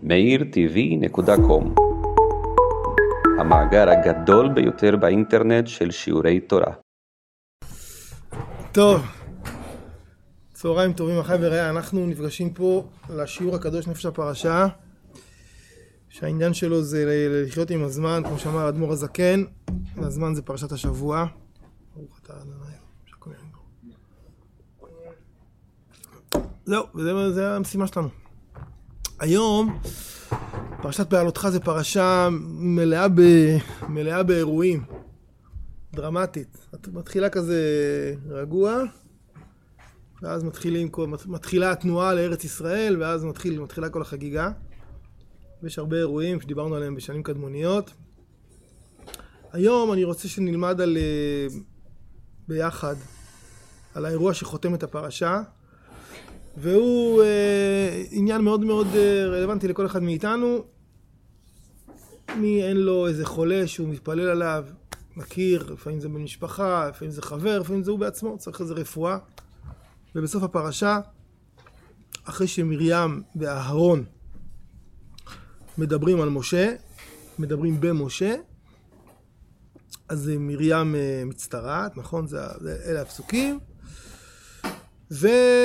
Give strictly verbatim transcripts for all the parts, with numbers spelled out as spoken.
מאיר טי וי נקודה קום, המאגר הגדול ביותר באינטרנט של שיעורי תורה. טוב, צהריים טובים אחי ורעי, אנחנו נפגשים פה לשיעור הקדוש נפש הפרשה, שהעניין שלו זה לחיות עם הזמן, כמו שאמר אדמו"ר הזקן, והזמן זה פרשת השבוע. ברוך אתה ה' שהכל יעבור. זהו, וזה המשימה שלנו. היום, פרשת בעלותך זה פרשה מלאה, ב... מלאה באירועים, דרמטית. מתחילה כזה רגוע, ואז מתחילים, מתחילה התנועה לארץ ישראל, ואז מתחיל, מתחילה כל החגיגה. ויש הרבה אירועים שדיברנו עליהם בשנים קדמוניות. היום אני רוצה שנלמד על, ביחד על האירוע שחותם את הפרשה, והוא אה, עניין מאוד מאוד רלוונטי לכל אחד מאיתנו. מי אין לו איזה חולה שהוא מתפלל עליו, מכיר, לפעמים זה בן משפחה, לפעמים זה חבר, לפעמים זה הוא בעצמו, צריך איזה רפואה. ובסוף הפרשה, אחרי שמרים ואהרון מדברים על משה, מדברים במשה, אז מרים מצטרעת, נכון? זה, זה, אלה הפסוקים. ו...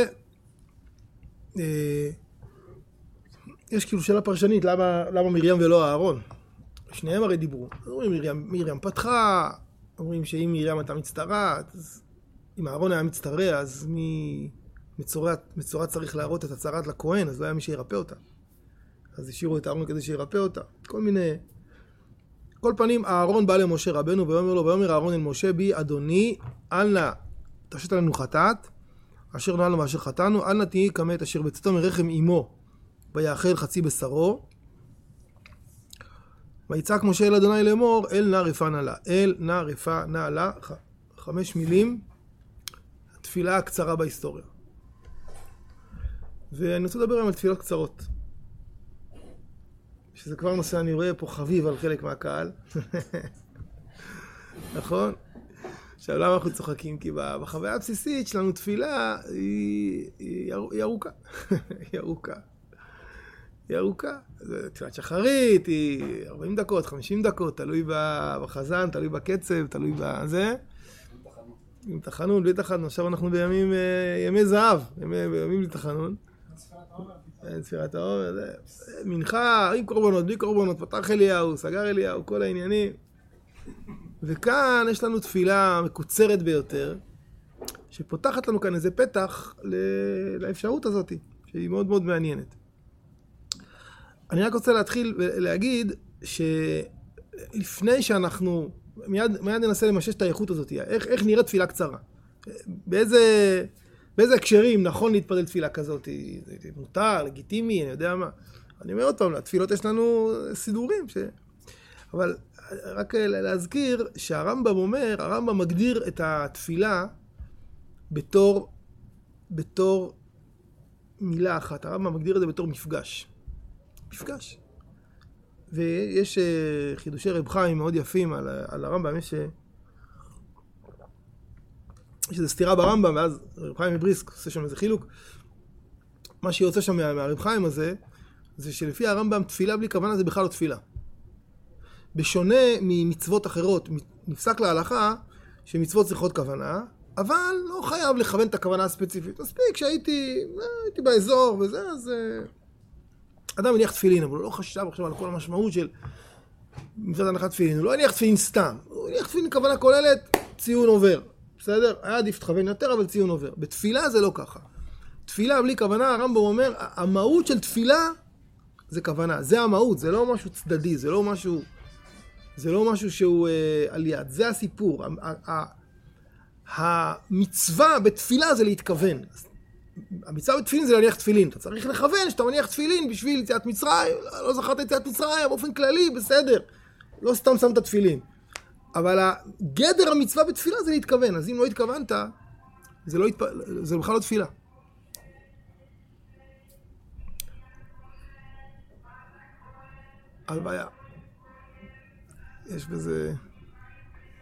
יש כאילו שאלה פרשנית, למה, למה מרים ולא אהרון? שניהם הרי דיברו. אומרים מרים, מרים פתחה, אומרים שאם מרים הייתה מצטרעת, אז אם אהרון היה מצטרע, אז מי מצורע, מצורע צריך להראות את הצרת לכהן, אז לא היה מי שירפא אותה. אז השאירו את אהרון כדי שירפא אותה. כל מיני... כל פנים, אהרון בא למשה רבנו ואומר לו, ואומר אהרון אל משה בי, אדוני, אל נא תשת עלינו חטאת, אשר נעלנו ואשר חטאנו, אל נא תהי כמת אשר בצאתו מרחם אמו, ויאכל חצי בשרו. ויצעק משה אל אדוני לאמור, אל נא רפא נא לה. אל נא רפא נא לה. ח... חמש מילים, התפילה הקצרה בהיסטוריה. ואני רוצה לדבר היום על תפילות קצרות. שזה כבר נושא, אני רואה פה חביב על חלק מהקהל. נכון? עכשיו למה אנחנו צוחקים? כי בחוויה הבסיסית שלנו תפילה היא, היא, היא ארוכה. היא ארוכה. היא ארוכה. תפילת שחרית היא ארבעים דקות, חמישים דקות, תלוי בחזן, תלוי בקצב, תלוי בזה. עם תחנון, בלי תחנון. עכשיו אנחנו בימים, ימי זהב, ימי, בימים בלי תחנון. ספירת העומר, מנחה, עם קורבנות, בלי קורבנות, פתח אליהו, סגר אליהו, כל העניינים. וכאן יש לנו תפילה מקוצרת ביותר, שפותחת לנו כאן איזה פתח לאפשרות הזאת, שהיא מאוד מאוד מעניינת. אני רק רוצה להתחיל ולהגיד שלפני שאנחנו, מיד, מיד ננסה למשש את האיכות הזאת, איך, איך נראית תפילה קצרה? באיזה... באיזה הקשרים נכון להתפלל תפילה כזאת? זה מותר, לגיטימי, אני יודע מה. אני אומר עוד פעם, לתפילות יש לנו סידורים. ש... אבל רק להזכיר שהרמב"ם אומר, הרמב"ם מגדיר את התפילה בתור, בתור מילה אחת. הרמב"ם מגדיר את זה בתור מפגש. מפגש. ויש חידושי רב חיים מאוד יפים על, על הרמב"ם. יש... יש איזו סתירה ברמב"ם, ואז רב חיים מבריסק עושה שם איזה חילוק. מה שיוצא שם מהרב חיים הזה, זה שלפי הרמב"ם תפילה בלי כוונה זה בכלל לא תפילה. בשונה ממצוות אחרות, נפסק להלכה שמצוות צריכות כוונה, אבל לא חייב לכוון את הכוונה הספציפית. מספיק שהייתי הייתי באזור וזה, אז אדם מניח תפילין, אבל הוא לא חשב עכשיו על כל המשמעות של מצוות הנחת תפילין. הוא לא הניח תפילין סתם, הוא הניח תפילין כוונה כוללת, ציון עובר. בסדר? היה עדיף תכוון יותר, אבל ציון עובר. בתפילה זה לא ככה. תפילה בלי כוונה, הרמב"ם אומר, המהות של תפילה זה כוונה. זה המהות, זה לא משהו צדדי, זה לא משהו, זה לא משהו שהוא אה, על יד. זה הסיפור. המצווה בתפילה זה להתכוון. המצווה בתפילין זה להניח תפילין. אתה צריך לכוון שאתה מניח תפילין בשביל יציאת מצרים. לא זכרת יציאת מצרים, באופן כללי, בסדר. לא סתם שמת תפילין. אבל הגדר המצווה בתפילה זה להתכוון, אז אם לא התכוונת, זה, לא התפ... זה בכלל לא תפילה. על בעיה. יש בזה...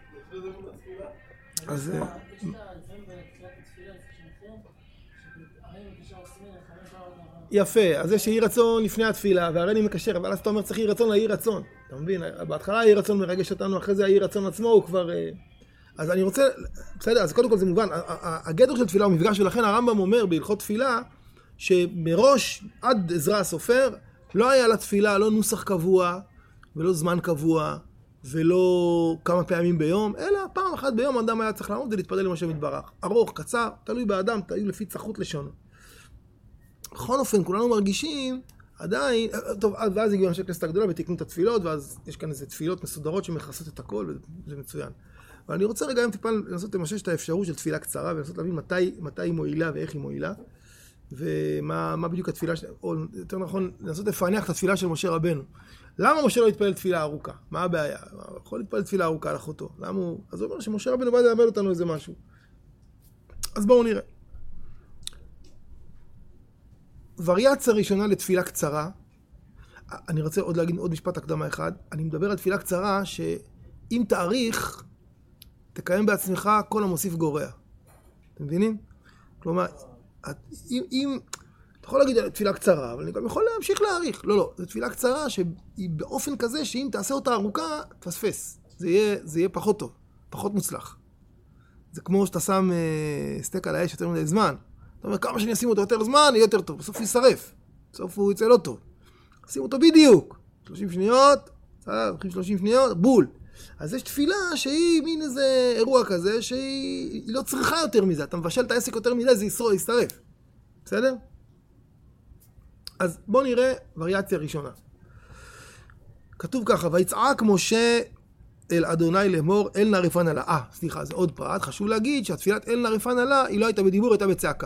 אז... יפה, אז יש יהי רצון לפני התפילה, והרי אני מקשר, אבל אז אתה אומר צריך יהי רצון ליהי רצון. אתה מבין? בהתחלה יהי רצון מרגש אותנו, אחרי זה יהי רצון עצמו הוא כבר... אז אני רוצה... בסדר, אז קודם כל זה מובן. הגדר של תפילה הוא מפגש, ולכן הרמב"ם אומר בהלכות תפילה, שמראש עד עזרא הסופר, לא היה לתפילה לא נוסח קבוע, ולא זמן קבוע, ולא כמה פעמים ביום, אלא פעם אחת ביום אדם היה צריך לעמוד ולהתפלל למשה מתברך. ארוך, קצר, תלוי באדם, תלוי לפי צחות לשונו. בכל אופן, כולנו מרגישים, עדיין, טוב, ואז הגיעו אנשי כנסת הגדולה ותקנו את התפילות, ואז יש כאן איזה תפילות מסודרות שמכסות את הכל, וזה מצוין. אבל אני רוצה רגע היום טיפה לנסות למשש את האפשרות של תפילה קצרה, ולנסות להבין מתי, מתי היא מועילה ואיך היא מועילה, ומה מה בדיוק התפילה, או יותר נכון, לנסות לפענח את התפילה של משה רבנו. למה משה לא התפלל תפילה ארוכה? מה הבעיה? הוא יכול להתפלל תפילה ארוכה על אחותו. למה הוא... אז הוא אומר שמשה רבנו בא ללמד אותנו איזה משהו. אז בואו נראה. וריאציה ראשונה לתפילה קצרה, אני רוצה עוד להגיד עוד משפט הקדמה אחד, אני מדבר על תפילה קצרה שאם תאריך, תקיים בעצמך כל המוסיף גורע. אתם מבינים? כלומר, אם, אם, אתה יכול להגיד תפילה קצרה, אבל אני גם יכול להמשיך להאריך. לא, לא, זו תפילה קצרה שהיא באופן כזה שאם תעשה אותה ארוכה, תפספס. זה יהיה, זה יהיה פחות טוב, פחות מוצלח. זה כמו שאתה שם אה, סטייק על האש יותר מדי זמן. אתה אומר, כמה שאני אשים אותו יותר זמן, יהיה יותר טוב. בסוף הוא ישרף. בסוף הוא יצא לא טוב. שים אותו בדיוק. שלושים שניות, הולכים שלושים שניות, בול. אז יש תפילה שהיא מין איזה אירוע כזה, שהיא לא צריכה יותר מזה. אתה מבשל את העסק יותר מזה, זה ישרף. בסדר? אז בואו נראה וריאציה ראשונה. כתוב ככה, ויצעק משה אל אדוני לאמור, אל נא רפא נא לה. אה, סליחה, זה עוד פרט. חשוב להגיד שהתפילת אל נא רפא נא לה, היא לא הייתה בדיבור, הייתה בצעקה.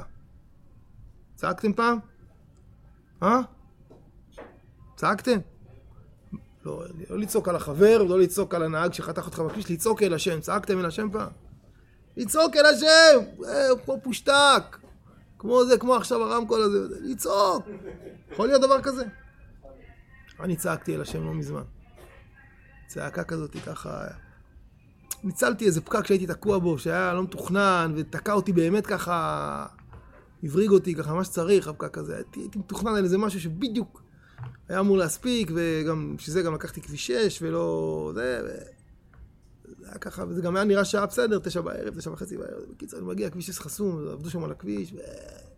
צעקתם פעם? אה? צעקתם? לא, לא לצעוק על החבר, לא לצעוק על הנהג שחתך אותך בכביש, לצעוק אל השם. צעקתם אל השם פעם? לצעוק אל השם! אה, פה פושטק. כמו זה, כמו עכשיו הרמקול הזה. לצעוק! יכול להיות דבר כזה? אני צעקתי אל השם לא מזמן. צעקה כזאת ככה... ניצלתי איזה פקק שהייתי תקוע בו, שהיה לא מתוכנן, ותקע אותי באמת ככה... הבריג אותי ככה מה שצריך, הפקק כזה. הייתי, הייתי מתוכנן על איזה משהו שבדיוק היה אמור להספיק, וגם שזה גם לקחתי כביש שש, ולא... זה... ו... זה היה ככה, וזה גם היה נראה שעה בסדר, תשע בערב, תשע וחצי בערב. בקיצור, אני מגיע, כביש שש חסום, עבדו שם על הכביש, ו...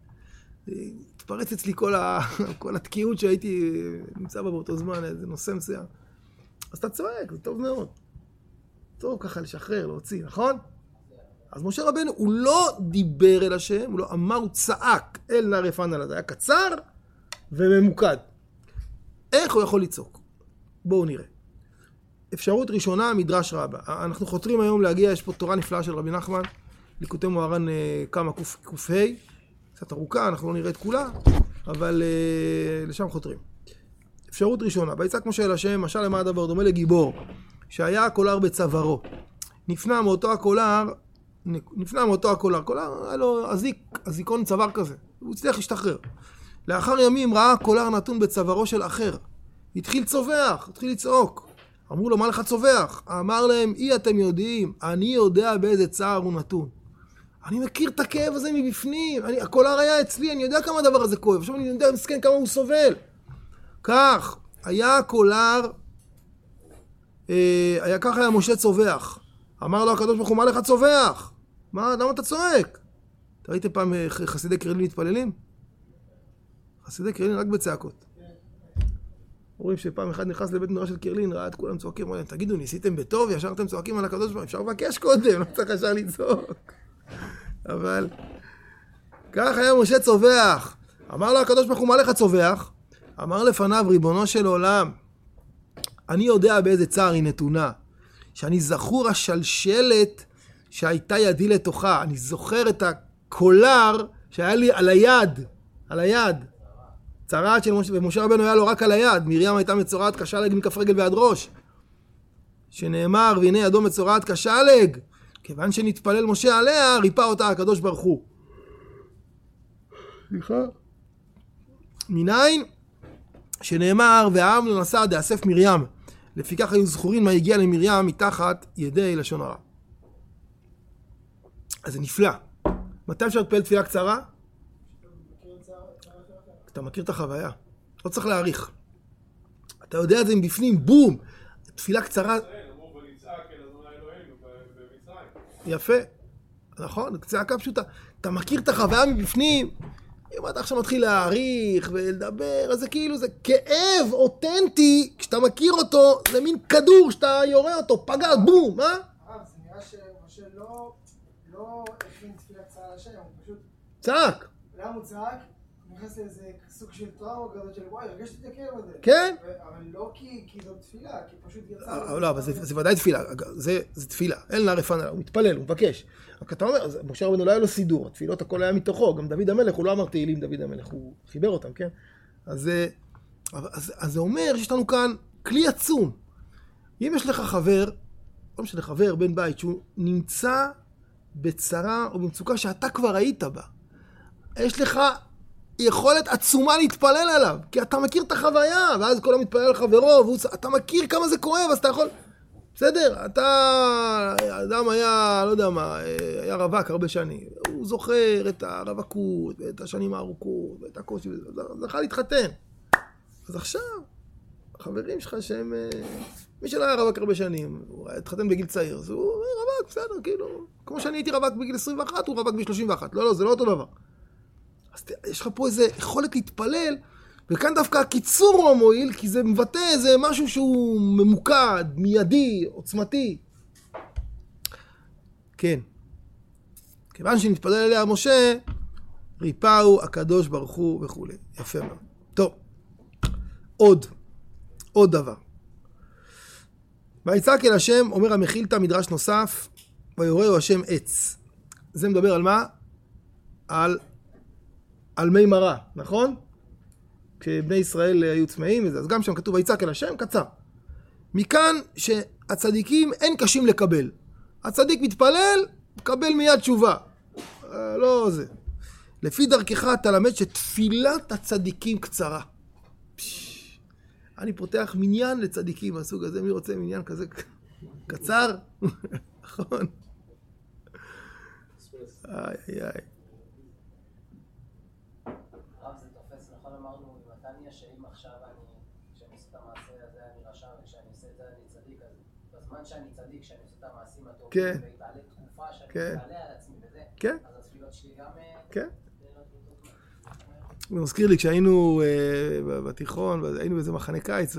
התפרץ אצלי כל, ה... כל התקיעות שהייתי נמצא בה באותו זמן, איזה נושא מסוים. אז אתה צועק, זה טוב מאוד. טוב ככה לשחרר, להוציא, נכון? אז משה רבנו, הוא לא דיבר אל השם, הוא לא אמר, הוא צעק אל נא רפא נא לה. זה היה קצר וממוקד. איך הוא יכול לצעוק? בואו נראה. אפשרות ראשונה, מדרש רבה. אנחנו חותרים היום להגיע, יש פה תורה נפלאה של רבי נחמן, ליקוטי מוהר"ן כמה קוף ה', קצת ארוכה, אנחנו לא נראה את כולה, אבל uh, לשם חותרים. אפשרות ראשונה, ויצעק משה אל השם, משל למה הדבר דומה לגיבור, שהיה הקולר בצווארו. נפנה מאותו הקולר, נפנה מאותו הקולר, קולר היה לו אזיק, אזיקון צוואר כזה, הוא הצליח להשתחרר. לאחר ימים ראה הקולר נתון בצווארו של אחר. התחיל צובח, התחיל לצעוק. אמרו לו, מה לך צובח? אמר להם, אי אתם יודעים, אני יודע באיזה צער הוא נתון. אני מכיר את הכאב הזה מבפנים, אני, הקולר היה אצלי, אני יודע כמה הדבר הזה כואב, עכשיו אני יודע מסכן כמה הוא סובל. כך, היה הקולר, אה, היה ככה היה משה צובח. אמר לו הקדוש ברוך הוא, מה לך צובח? מה, למה אתה צועק? אתה ראיתם פעם חסידי קרלין מתפללים? חסידי קרלין רק בצעקות. רואים שפעם אחד נכנס לבית מדרש של קרלין, ראה את כולם צועקים, אמרו להם, תגידו, ניסיתם בטוב, ישר אתם צועקים על הקדוש ברוך הוא, אפשר לבקש קודם, לא צריך ישר לצעוק. אבל כך היה משה צובח. אמר לו הקדוש ברוך הוא, מה לך צובח? אמר לפניו, ריבונו של עולם, אני יודע באיזה צער היא נתונה, שאני זכור השלשלת שהייתה ידי לתוכה, אני זוכר את הקולר שהיה לי על היד, על היד. צרעת של משה, ומשה רבנו היה לו רק על היד, מרים הייתה מצורעת כשלג מכף רגל ועד ראש. שנאמר, והנה ידו מצורעת כשלג, כיוון שנתפלל משה עליה, ריפא אותה הקדוש ברוך הוא. סליחה. מניין? שנאמר, והעם לא נסע דאסף מרים. לפיכך היו זכורים מה הגיע למרים מתחת ידי לשון הרע. אז זה נפלא. מתי אפשר להתפלל תפילה קצרה? אתה מכיר את החוויה. לא צריך להעריך. אתה יודע את זה מבפנים, בום! תפילה קצרה... יפה. נכון, צעקה פשוטה. אתה מכיר את החוויה מבפנים, אם אתה עכשיו מתחיל להעריך ולדבר, אז זה כאילו, זה כאב אותנטי, כשאתה מכיר אותו, זה מין כדור שאתה יורה אותו, פגע, בום, מה? הרב, זה נראה שמשה לא, לא הכין תפילה קצרה לשם, הוא פשוט... צעק. למה הוא צעק? נכנס לאיזה סוג של טראומה כזאת של וואי, הרגשתי את הכאב הזה. כן. אבל לא כי, כי זו תפילה, כי פשוט יצא... לא, אבל זה, זה ודאי תפילה, זה, זה תפילה, אין לה רפנה, הוא מתפלל, הוא מבקש. רק אתה אומר, משה רבנו לא היה לו סידור, התפילות הכל היה מתוכו, גם דוד המלך, הוא לא אמר תהילים דוד המלך, הוא חיבר אותם, כן? אז, אז, אז זה אומר שיש לנו כאן כלי עצום. אם יש לך חבר, לא משנה חבר, בן בית, שהוא נמצא בצרה או במצוקה שאתה כבר היית בה, יש לך יכולת עצומה להתפלל עליו, כי אתה מכיר את החוויה, ואז כל המתפלל על חברו, ואתה מכיר כמה זה כואב, אז אתה יכול... בסדר, אתה... אדם היה, לא יודע מה, היה רווק הרבה שנים, הוא זוכר את הרווקות, ואת השנים הארוכות, ואת הקושי, זכה להתחתן. אז עכשיו, החברים שלך שהם... מי שלא היה רווק הרבה שנים, הוא התחתן בגיל צעיר, אז הוא רווק, בסדר, כאילו... כמו שאני הייתי רווק בגיל עשרים ואחת, הוא רווק ב-שלושים ואחת. לא, לא, זה לא אותו דבר. אז יש לך פה איזה יכולת להתפלל, וכאן דווקא הקיצור לא מועיל, כי זה מבטא איזה משהו שהוא ממוקד, מיידי, עוצמתי. כן. כיוון שנתפלל אליה משה, ריפאו הקדוש ברוך הוא וכו'. יפה מאוד. טוב. עוד. עוד דבר. ויצעק אל השם, אומר המחילתא מדרש נוסף, ויורהו השם עץ. זה מדבר על מה? על... על מי מרה, נכון? כשבני ישראל היו צמאים וזה, אז גם שם כתוב ויצעק אל השם, קצר. מכאן שהצדיקים אין קשים לקבל. הצדיק מתפלל, מקבל מיד תשובה. לא זה. לפי דרכך תלמד שתפילת הצדיקים קצרה. פש, אני פותח מניין לצדיקים מהסוג הזה, מי רוצה מניין כזה קצר? נכון. איי איי איי. שאם עכשיו אני, כשאני עושה את המעשה הזה אני רשע, וכשאני עושה את זה אני צדיק, אז בזמן שאני צדיק, כשאני עושה את המעשים הטובים, והתעלה תקופה שאני מתעלה על עצמי וזה, אז התפילות שלי גם... כן. זה מזכיר לי, כשהיינו בתיכון, היינו באיזה מחנה קיץ,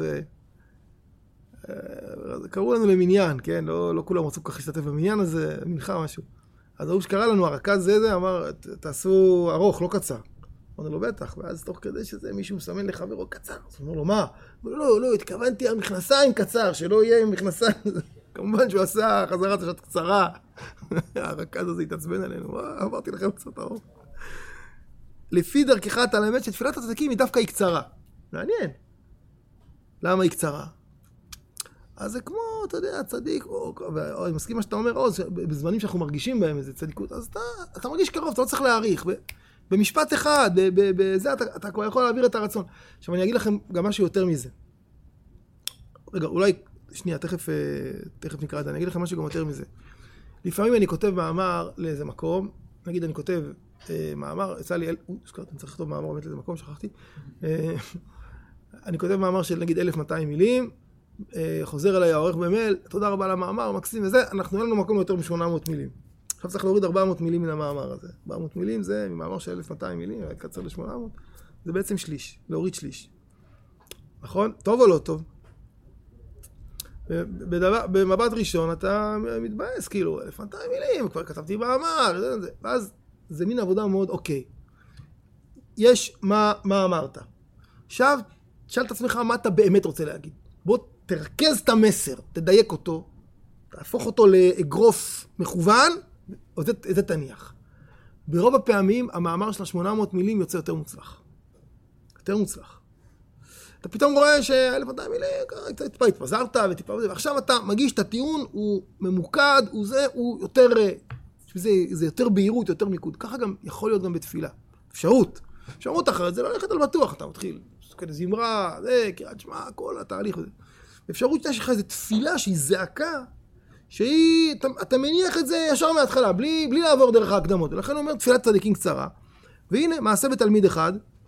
וקראו לנו למניין, כן? לא כולם רצו כל כך להשתתף במניין הזה, מנחה משהו. אז ההוא שקרא לנו, הרכז זה זה, אמר, תעשו ארוך, לא קצר. אמרנו לו בטח, ואז תוך כדי שזה מישהו מסמן לחברו קצר. אז הוא אומר לו, מה? הוא אומר לו, לא, לא, התכוונתי על מכנסיים קצר, שלא יהיה עם מכנסיים. כמובן שהוא עשה חזרת השעת קצרה. הרכז הזה התעצבן עלינו, אמרתי לכם קצת ארוך. לפי דרכך אתה למד שתפילת הצדיקים היא דווקא היא קצרה. מעניין. למה היא קצרה? אז זה כמו, אתה יודע, צדיק, או, או, אני מסכים מה שאתה אומר, או, בזמנים שאנחנו מרגישים בהם איזה צדיקות, אז אתה, אתה מרגיש קרוב, אתה לא צריך להעריך. במשפט אחד, בזה אתה, אתה כבר יכול להעביר את הרצון. עכשיו אני אגיד לכם גם משהו יותר מזה. רגע, אולי, שנייה, תכף, תכף נקרא את זה, אני אגיד לכם משהו גם יותר מזה. לפעמים אני כותב מאמר לאיזה מקום, נגיד אני כותב אה, מאמר, יצא לי, אוי, זכרת, אני צריך לכתוב מאמר באמת לאיזה מקום, שכחתי. אה, אני כותב מאמר של נגיד אלף ומאתיים מילים, אה, חוזר אליי העורך במייל, תודה רבה על המאמר, מקסים וזה, אנחנו אין לנו מקום יותר מ-שמונה מאות מילים. עכשיו צריך להוריד ארבע מאות מילים מן המאמר הזה. ארבע מאות מילים זה ממאמר של אלף ומאתיים מילים, קצר ל-שמונה מאות, זה בעצם שליש, להוריד שליש. נכון? טוב או לא טוב? בדבר, במבט ראשון אתה מתבאס, כאילו, אלף ומאתיים מילים, כבר כתבתי מאמר, זה, זה. ואז זה מין עבודה מאוד אוקיי. יש מה, מה אמרת. עכשיו, תשאל את עצמך מה אתה באמת רוצה להגיד. בוא תרכז את המסר, תדייק אותו, תהפוך אותו לאגרוף מכוון, או זה, זה תניח. ברוב הפעמים המאמר של ה-שמונה מאות מילים יוצא יותר מוצלח. יותר מוצלח. אתה פתאום רואה ש-אלף ומאתיים מילים, טיפה התפזרת וטיפה וזה, ועכשיו אתה מגיש את הטיעון, הוא ממוקד, הוא זה, הוא יותר, זה, זה יותר בהירות, יותר מיקוד. ככה גם יכול להיות גם בתפילה. אפשרות. אפשרות אחרת, זה לא ללכת על בטוח, אתה מתחיל. כזה זמרה, זה, קריאת שמע, כל התהליך הזה. אפשרות שיש לך איזו תפילה שהיא זעקה, שהיא, אתה, אתה מניח את זה ישר מההתחלה, בלי, בלי לעבור דרך ההקדמות. ולכן הוא אומר, תפילת צדיקים קצרה. והנה, מעשה בתלמיד אחד,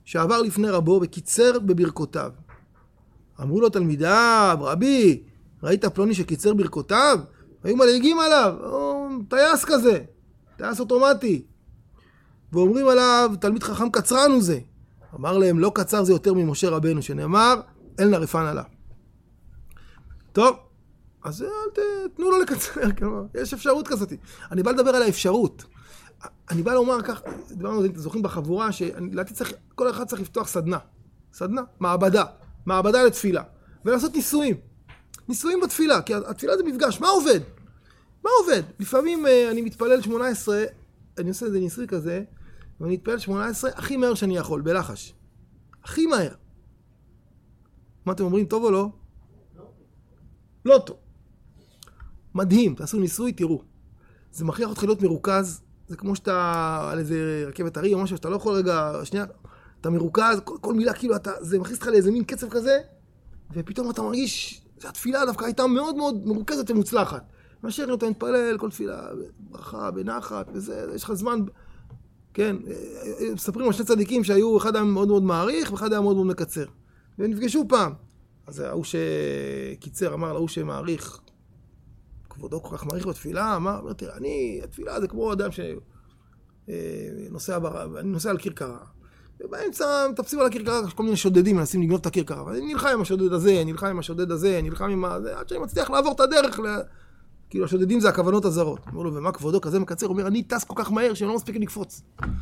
שעבר לפני רבו וקיצר בברכותיו. אמרו לו תלמידיו, רבי, ראית פלוני שקיצר ברכותיו? היו מלהיגים עליו, או, טייס כזה, טייס אוטומטי. ואומרים עליו, תלמיד חכם קצרן הוא זה. אמר להם, לא קצר זה יותר ממשה רבנו, שנאמר, אל נרפן עליו. טוב, אז אל תתנו לו לקצר, כלומר, יש אפשרות כזאת. אני בא לדבר על האפשרות. אני בא לומר כך, דיברנו, אתם זוכרים בחבורה, שלדעתי צריך, כל אחד צריך לפתוח סדנה. סדנה, מעבדה. מעבדה לתפילה. ולעשות ניסויים. ניסויים בתפילה, כי התפילה זה מפגש. מה עובד? מה עובד? לפעמים אני מתפלל שמונה עשרה, אני עושה איזה ניסוי כזה, ואני מתפלל שמונה עשרה הכי מהר שאני יכול, בלחש. הכי מהר. מה אתם אומרים, טוב או לא? לא. לא טוב. מדהים, תעשו ניסוי, תראו. זה מכריח אותך להיות מרוכז, זה כמו שאתה על איזה רכבת הרי או משהו, שאתה לא יכול רגע, שנייה, אתה מרוכז, כל, כל מילה כאילו, אתה, זה מכניס אותך לאיזה מין קצב כזה, ופתאום אתה מרגיש, התפילה דווקא הייתה מאוד מאוד מרוכזת ומוצלחת. מאשר אתה מתפלל, כל תפילה, ברכה, בנחת, וזה, יש לך זמן, כן, מספרים על שני צדיקים שהיו, אחד היה מאוד מאוד מעריך, ואחד היה מאוד מאוד מקצר. ונפגשו פעם. אז ההוא שקיצר אמר להוא שמעריך, כבודו כל כך מעריך בתפילה, אמר, אומר, תראה, אני, התפילה זה כמו אדם שנוסע ברב, אני נוסע על כרכרה. ובאמצע מטפסים על הכרכרה, כל מיני שודדים מנסים לגנוב את הכרכרה. ואני נלחם עם השודד הזה, אני נלחם עם השודד הזה, אני נלחם עם הזה, עד שאני מצליח לעבור את הדרך. כאילו השודדים זה הכוונות הזרות. אומר לו, ומה כבודו כזה מקצר? הוא אומר, אני טס כל כך מהר שאני לא מספיק לקפוץ.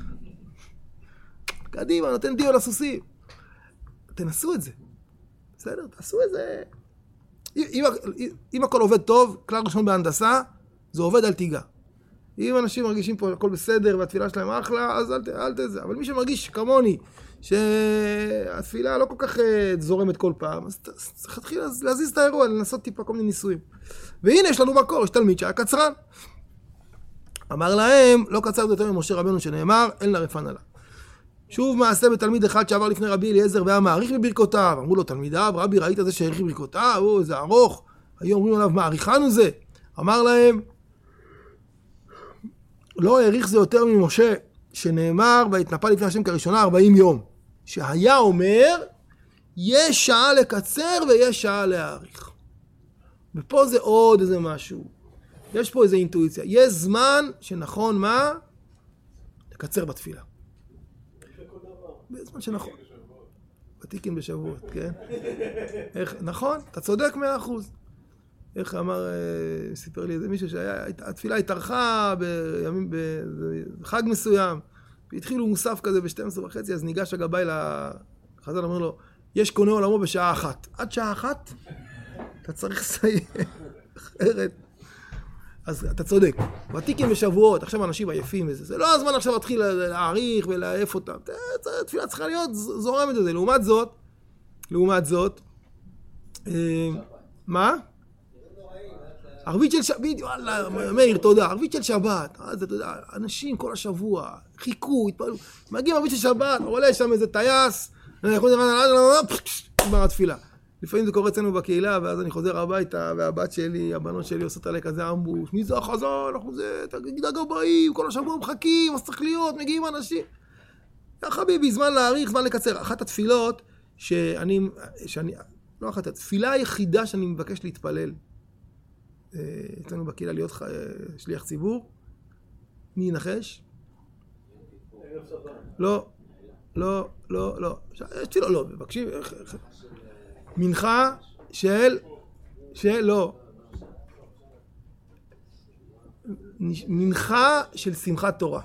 קדימה, נותן דיו לסוסים. תנסו את זה. בסדר, תעשו את זה. אם, אם, אם הכל עובד טוב, כלל ראשון בהנדסה, זה עובד, אל תיגע. אם אנשים מרגישים פה הכל בסדר והתפילה שלהם אחלה, אז אל, אל תזה. אבל מי שמרגיש כמוני, שהתפילה לא כל כך זורמת כל פעם, אז צריך להתחיל להזיז את האירוע, לנסות טיפה כל מיני ניסויים. והנה יש לנו מקור, יש תלמיד שהיה קצרן. אמר להם, לא קצר יותר ממשה רבנו שנאמר, אין לרפן עליו. שוב מעשה בתלמיד אחד שעבר לפני רבי אליעזר והיה מעריך בברכותיו. אמרו לו תלמידיו, רבי ראית זה שהעריך בברכותיו? או, זה ארוך. היו אומרים עליו, מעריכנו זה. אמר להם, לא העריך זה יותר ממשה שנאמר, והתנפל לפני השם כראשונה ארבעים יום. שהיה אומר, יש שעה לקצר ויש שעה להעריך. ופה זה עוד איזה משהו. יש פה איזה אינטואיציה. יש זמן שנכון מה? לקצר בתפילה. בזמן שנכון. ותיקין בשבועות, כן? איך, נכון, אתה צודק מאה אחוז. איך אמר, סיפר לי איזה מישהו שהיה, התפילה התארכה בימים, בחג מסוים, והתחילו מוסף כזה ב-שתים עשרה וחצי, אז ניגש הגבאי לחז"ל, אומר לו, יש קונה עולמו בשעה אחת. עד שעה אחת? אתה צריך לסיים, אחרת. אז אתה צודק. ותיקין בשבועות, עכשיו אנשים עייפים וזה, זה לא הזמן עכשיו להתחיל להעריך ולהעף אותם. התפילה צריכה להיות זורמת את זה. לעומת זאת, לעומת זאת, מה? ערבית של שבת, וואלה, מאיר, תודה, ערבית של שבת, אז אתה יודע, אנשים כל השבוע, חיכו, התפעלו, מגיעים ערבית של שבת, עולה שם איזה טייס, כבר התפילה. לפעמים זה קורה אצלנו בקהילה, ואז אני חוזר הביתה, והבת שלי, הבנות שלי עושות עלי כזה אמבוש, מי זה החזון, אנחנו זה, תגיד הגבאים, כל השבוע מחכים, אז צריך להיות, מגיעים אנשים. יא חביבי, זמן להאריך, זמן לקצר. אחת התפילות שאני, שאני, לא אחת, התפילה היחידה שאני מבקש להתפלל, אצלנו בקהילה להיות שליח ציבור, מי ינחש? לא, לא, לא, לא. יש תפילה, לא, מבקשים, מנחה של, של, לא. מנחה של שמחת תורה.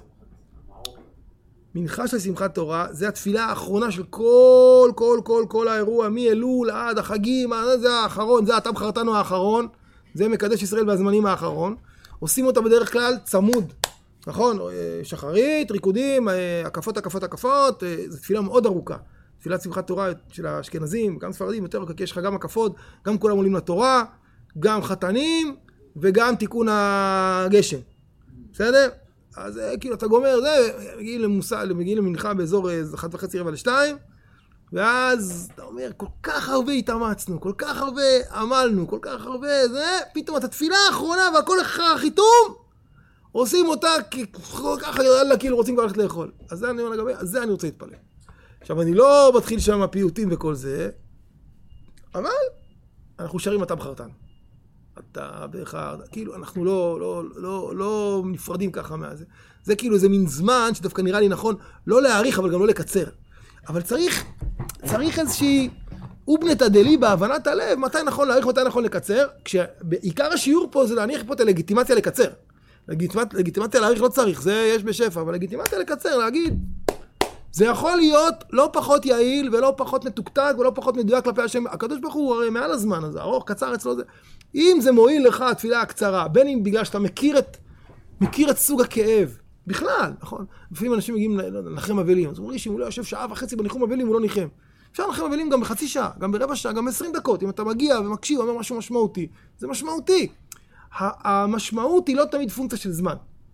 מנחה של שמחת תורה, זה התפילה האחרונה של כל, כל, כל, כל האירוע, מאלול עד החגים, זה האחרון, זה התם חרתנו האחרון, זה מקדש ישראל בזמנים האחרון. עושים אותה בדרך כלל צמוד, נכון? שחרית, ריקודים, הקפות, הקפות, הקפות, זו תפילה מאוד ארוכה. תפילת שמחת תורה של האשכנזים, גם ספרדים יותר, כי יש לך גם הקפות, גם כולם עולים לתורה, גם חתנים, וגם תיקון הגשם. בסדר? אז כאילו אתה גומר, זה, מגיעים למוסע, מגיעים למנחה באזור אחת וחצי רבע לשתיים, ואז אתה אומר, כל כך הרבה התאמצנו, כל כך הרבה עמלנו, כל כך הרבה, זה, פתאום את התפילה האחרונה והכל החיתום, עושים אותה כל כך, כאילו רוצים כבר ללכת לאכול. אז זה אני אומר לגבי, אז זה אני רוצה להתפלל. עכשיו, אני לא מתחיל שם פיוטים וכל זה, אבל אנחנו שרים אתה בחרתן. אתה בחר, כאילו, אנחנו לא, לא, לא, לא נפרדים ככה מהזה. זה כאילו, זה מין זמן שדווקא נראה לי נכון, לא להאריך, אבל גם לא לקצר. אבל צריך, צריך איזושהי אובנתא דלי בהבנת הלב, מתי נכון להאריך, מתי נכון לקצר, כשבעיקר השיעור פה זה להניח פה את הלגיטימציה לקצר. לגיטימציה להאריך לא צריך, זה יש בשפע, אבל לגיטימציה לקצר, להגיד, זה יכול להיות לא פחות יעיל ולא פחות מתוקתק ולא פחות מדויק כלפי השם. הקדוש ברוך הוא הרי מעל הזמן הזה, ארוך, קצר אצלו זה. אם זה מועיל לך התפילה הקצרה, בין אם בגלל שאתה מכיר את, מכיר את סוג הכאב, בכלל, נכון? לפעמים אנשים מגיעים לנחם אבלים, אז אומרים לי שאם הוא לא יושב שעה וחצי בניחום אבלים, הוא לא ניחם. אפשר לנחם אבלים גם בחצי שעה, גם ברבע שעה, גם עשרים דקות. אם אתה מגיע ומקשיב, אומר משהו משמעותי, זה משמעותי. המשמעות היא לא תמיד פונקציה של זמן.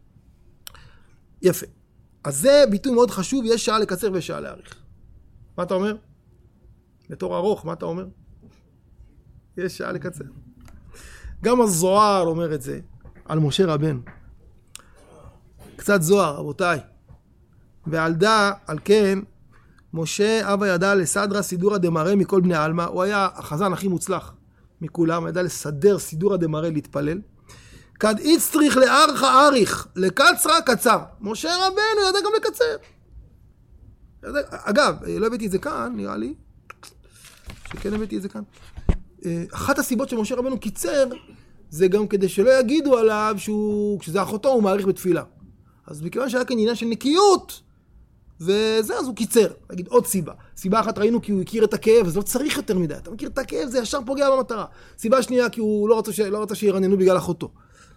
יפה. אז זה ביטוי מאוד חשוב, יש שעה לקצר ויש שעה להאריך. מה אתה אומר? בתור ארוך, מה אתה אומר? יש שעה לקצר. גם הזוהר אומר את זה על משה רבנו. קצת זוהר, רבותיי. ועל דא, על כן, משה אבא ידע לסדרה סידורא דמראה מכל בני עלמא. הוא היה החזן הכי מוצלח מכולם, ידע לסדר סידורא דמראה להתפלל. כד איצטריך לארכה אריך, לקצרה קצר. משה רבנו ידע גם לקצר. ידע, אגב, לא הבאתי את זה כאן, נראה לי, שכן הבאתי את זה כאן. אחת הסיבות שמשה רבנו קיצר, זה גם כדי שלא יגידו עליו שהוא, כשזה אחותו הוא מעריך בתפילה. אז מכיוון שהיה כאן עניין של נקיות, וזה, אז הוא קיצר. נגיד עוד סיבה. סיבה אחת ראינו כי הוא הכיר את הכאב, אז לא צריך יותר מדי. אתה מכיר את הכאב, זה ישר פוגע במטרה. סיבה שנייה, כי הוא לא רצה, ש... לא רצה שירננו בגלל אחותו.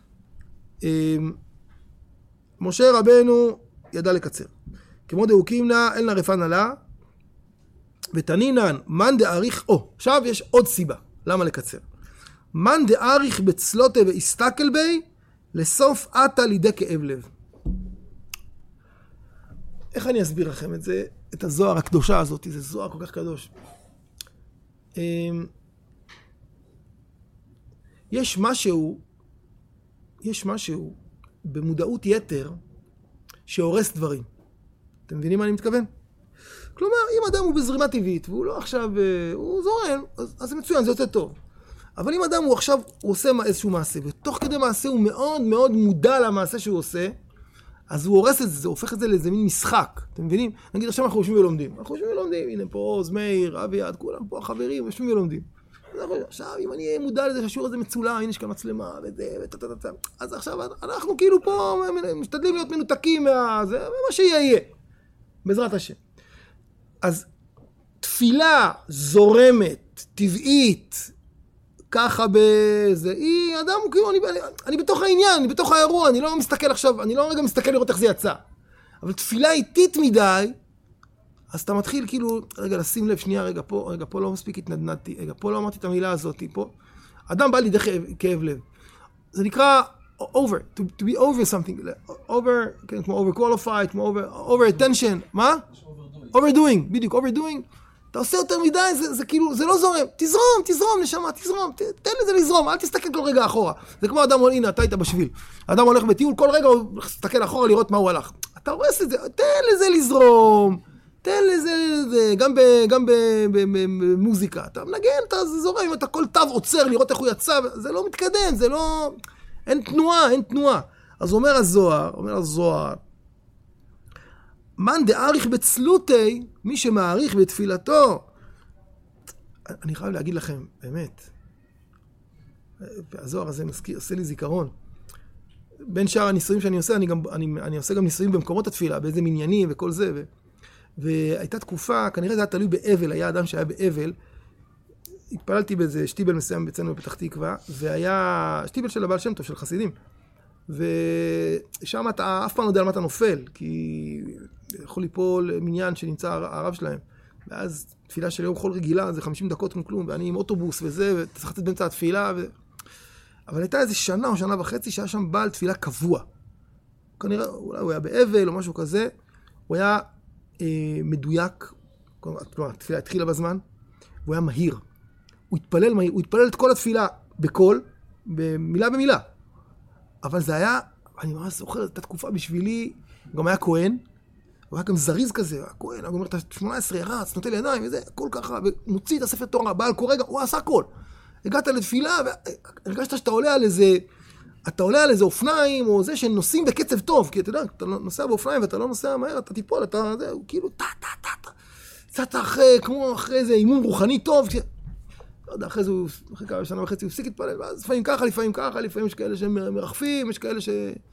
משה רבנו ידע לקצר. כמו דאוקימנה, אל נרפן עלה, ותנינן, מן דאריך, או, עכשיו יש עוד סיבה. למה לקצר? מן דאריך בצלוטה ואיסתקל בי, לסוף עתה לידי כאב לב. איך אני אסביר לכם את זה, את הזוהר הקדושה הזאת, זה זוהר כל כך קדוש. יש משהו, יש משהו במודעות יתר שהורס דברים. אתם מבינים מה אני מתכוון? כלומר, אם אדם הוא בזרימה טבעית, והוא לא עכשיו, הוא זורם, אז, אז זה מצוין, זה יותר טוב. אבל אם אדם הוא עכשיו, הוא עושה איזשהו מעשה, ותוך כדי מעשה הוא מאוד מאוד מודע למעשה שהוא עושה, אז הוא הורס את זה, זה הופך את זה לאיזה מין משחק. אתם מבינים? נגיד, עכשיו אנחנו יושבים ולומדים. אנחנו יושבים ולומדים, הנה פה עוז, מאיר, אביעד, כולם פה החברים, יושבים ולומדים. עכשיו, אם אני אהיה מודע לזה שהשיעור הזה מצולם, הנה יש כאן מצלמה, וזה, וטטטטט. אז עכשיו, אנחנו כאילו פה משתדלים להיות מנותקים מהזה, ומה שיהיה, בעזרת השם. אז תפילה זורמת, טבעית, ככה בזה, היא אדם, הוא כאילו, אני, אני, אני בתוך העניין, אני בתוך האירוע, אני לא מסתכל עכשיו, אני לא רגע מסתכל לראות איך זה יצא. אבל תפילה איטית מדי, אז אתה מתחיל כאילו, רגע, לשים לב, שנייה, רגע, פה, רגע, פה לא מספיק התנדנדתי, רגע, פה לא אמרתי את המילה הזאת, פה. אדם בא לידי כאב, כאב לב. זה נקרא over, to, to be over something, over, כן, כמו over qualified, כמו over, over attention, מה? overdoing, בדיוק, overdoing. אתה עושה יותר מדי, זה, זה כאילו, זה לא זורם. תזרום, תזרום, נשמה, תזרום. ת, תן לזה לזרום, אל תסתכל כל רגע אחורה. זה כמו אדם, הנה, אתה היית בשביל. אדם הולך בטיול, כל רגע הוא מסתכל אחורה לראות מה הוא הלך. אתה רואה את זה, תן לזה לזרום. תן לזה, לזה. גם, ב, גם במוזיקה. אתה מנגן, אתה זורם, אם אתה כל תו עוצר לראות איך הוא יצא, זה לא מתקדם, זה לא... אין תנועה, אין תנועה. אז אומר הזוהר, אומר הזוהר, מן דאריך בצלותי, מי שמעריך בתפילתו. אני חייב להגיד לכם, באמת, הזוהר הזה מזכיר, עושה לי זיכרון. בין שאר הניסויים שאני עושה, אני, גם, אני, אני עושה גם ניסויים במקומות התפילה, באיזה מניינים וכל זה. ו, והייתה תקופה, כנראה זה היה תלוי באבל, היה אדם שהיה באבל. התפללתי באיזה שטיבל מסוים אצלנו בפתח תקווה, והיה שטיבל של הבעל שם טוב, של חסידים. ושם אתה אף פעם לא יודע על מה אתה נופל, כי יכול ליפול מניין שנמצא הרב שלהם. ואז תפילה של יום חול רגילה, זה חמישים דקות כמו כלום, ואני עם אוטובוס וזה, וצריך לתת באמצע התפילה. ו... אבל הייתה איזה שנה או שנה וחצי שהיה שם בעל תפילה קבוע. כנראה, אולי הוא היה באבל או משהו כזה, הוא היה אה, מדויק, כלומר, התפילה התחילה בזמן, והוא היה מהיר. הוא התפלל מהיר, הוא התפלל את כל התפילה בקול, במילה במילה. אבל זה היה, אני ממש זוכר, את התקופה בשבילי, גם היה כהן, הוא היה גם זריז כזה, הכהן, הוא אומר את ה-שמונה עשרה, רץ, נוטל ידיים וזה, הכל ככה, ומוציא את הספר תורה, בעל כל רגע, הוא עשה הכל. הגעת לתפילה, והרגשת שאתה עולה על איזה, אתה עולה על איזה אופניים, או זה שנוסעים בקצב טוב, כי אתה יודע, אתה נוסע באופניים ואתה לא נוסע מהר, אתה תיפול, אתה, זה, הוא כאילו, טה, טה, טה, טה. קצת אחרי, כמו אחרי איזה אימון רוחני טוב, לא יודע, אחרי זה הוא, אחרי כמה שנה וחצי הוא הפסיק להתפלל, ואז לפעמים ככה, לפעמים ככה, לפעמים יש כאלה שמרחפים, יש כאלה ש...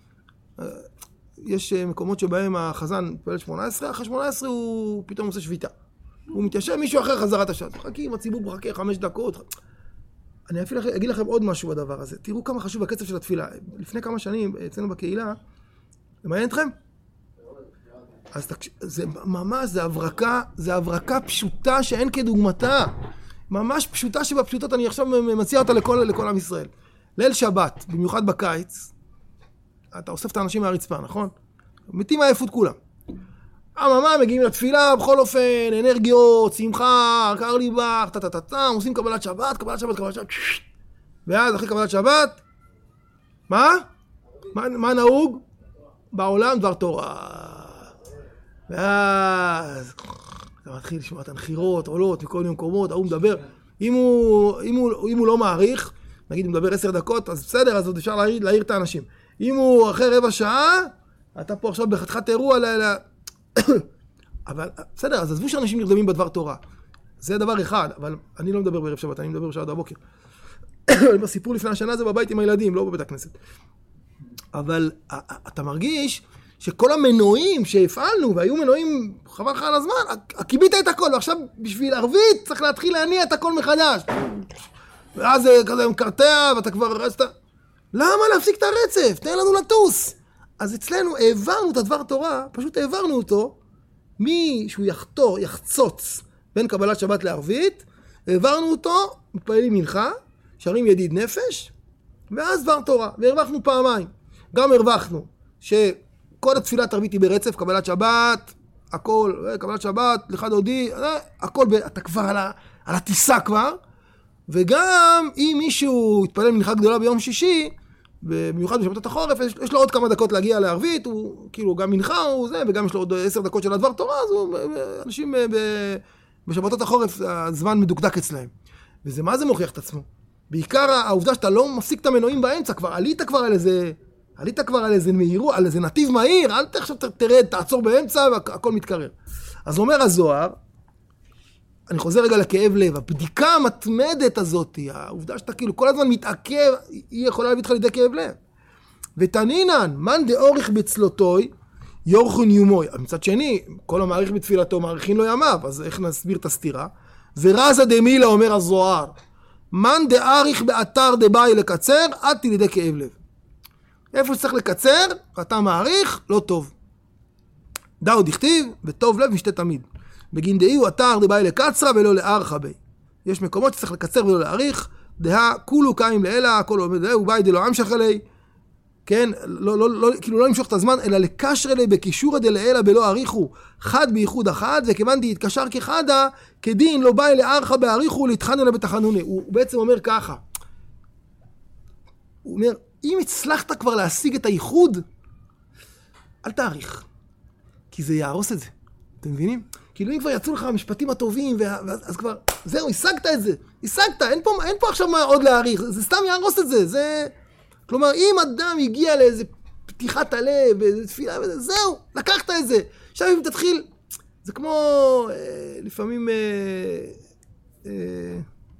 יש מקומות שבהם החזן מתפלל שמונה עשרה, אחרי שמונה עשרה הוא פתאום עושה שביתה. הוא מתיישב, מישהו אחר חזרת השעה. חכים, הציבור מחכה חמש דקות. אני אפילו אגיד לכם עוד משהו בדבר הזה. תראו כמה חשוב הקצב של התפילה. לפני כמה שנים, אצלנו בקהילה, זה מעניין אתכם? אז זה ממש, זה הברקה, זה הברקה פשוטה שאין כדוגמתה. ממש פשוטה שבפשוטות, אני עכשיו מציע אותה לכל, לכל עם ישראל. ליל שבת, במיוחד בקיץ, אתה אוסף את האנשים מהרצפה, נכון? מתים העייפות כולם. אממה, מגיעים לתפילה, בכל אופן, אנרגיות, שמחה, קר ליבך, טה-טה-טה-טה, עושים קבלת שבת, קבלת שבת, קבלת שבת, ואז אחרי קבלת שבת, מה? מה, מה נהוג? בעולם דבר תורה. ואז אתה מתחיל לשמוע את הנחירות, עולות מכל מיני מקומות, הוא מדבר. אם הוא, אם הוא, אם הוא לא מעריך, נגיד, הוא מדבר עשר דקות, אז בסדר, אז עוד אפשר להעיר, להעיר את האנשים. אם הוא אחרי רבע שעה, אתה פה עכשיו בחתיכת אירוע ל... אבל בסדר, אז עזבו שאנשים נרדמים בדבר תורה. זה דבר אחד, אבל אני לא מדבר בערב שבת, אני מדבר בשעת הבוקר. בסיפור לפני השנה זה בבית עם הילדים, לא בבית הכנסת. אבל אתה מרגיש שכל המנועים שהפעלנו, והיו מנועים חבל לך על הזמן, קיבית את הכל, ועכשיו בשביל ערבית צריך להתחיל להניע את הכל מחדש. ואז זה כזה מקרטע, ואתה כבר רצת... למה להפסיק את הרצף? תן לנו לטוס. אז אצלנו העברנו את הדבר תורה, פשוט העברנו אותו, מי שהוא יחתור, יחצוץ בין קבלת שבת לערבית, העברנו אותו, מתפעלים מנחה, שרים ידיד נפש, ואז דבר תורה, והרווחנו פעמיים. גם הרווחנו שכל התפילת ערבית היא ברצף, קבלת שבת, הכל, קבלת שבת, לך דודי, הכל, אתה כבר על, ה, על הטיסה כבר, וגם אם מישהו יתפלל מנחה גדולה ביום שישי, במיוחד בשבתות החורף, יש, יש לו עוד כמה דקות להגיע לערבית, הוא כאילו גם מנחה הוא זה, וגם יש לו עוד עשר דקות של הדבר תורה, אז הוא, אנשים ב, בשבתות החורף, הזמן מדוקדק אצלהם. וזה מה זה מוכיח את עצמו? בעיקר העובדה שאתה לא מפסיק את המנועים באמצע, כבר עלית כבר על איזה, עלית כבר על איזה מהירות, על איזה נתיב מהיר, אל תחשב תרד, תעצור באמצע והכל מתקרר. אז אומר הזוהר, אני חוזר רגע לכאב לב, הבדיקה המתמדת הזאת, העובדה שאתה כאילו כל הזמן מתעכב, היא יכולה להביא אותך לידי כאב לב. ותנינן, מן דאוריך בצלותוי, יורחון יומוי. מצד שני, כל המעריך בתפילתו, מעריכין לו ימיו, אז איך נסביר את הסתירה? ורזה דמילה אומר הזוהר, מן דאריך באתר דבאי לקצר, עד תלידי כאב לב. איפה שצריך לקצר, אתה מעריך, לא טוב. דאו דכתיב, וטוב לב משתה תמיד. בגין דאי הוא אתר דבאי לקצרה ולא לארחה בי. יש מקומות שצריך לקצר ולא להאריך, דה כולו קיים לאלה, הכל עומד דה, ובאי דלא המשך אלי, כן, לא, לא, לא, כאילו לא למשוך את הזמן, אלא לקשר אלי בקישור דלאלה בלא אריכו, חד בייחוד אחד, וכיוון די התקשר כחדה, כדין לא באי לארחה באריכו, להתחן אלה בתחנוני. הוא, הוא בעצם אומר ככה, הוא אומר, אם הצלחת כבר להשיג את הייחוד, אל תאריך, כי זה יהרוס את זה. אתם מבינים? כאילו אם כבר יצאו לך המשפטים הטובים, אז כבר, זהו, השגת את זה. השגת, אין פה, אין פה עכשיו מה עוד להאריך. זה סתם יהרוס את זה. זה... כלומר, אם אדם הגיע לאיזה פתיחת הלב, באיזה תפילה, וזה, זהו, לקחת את זה. עכשיו אם תתחיל, זה כמו, אה, לפעמים, אה, אה,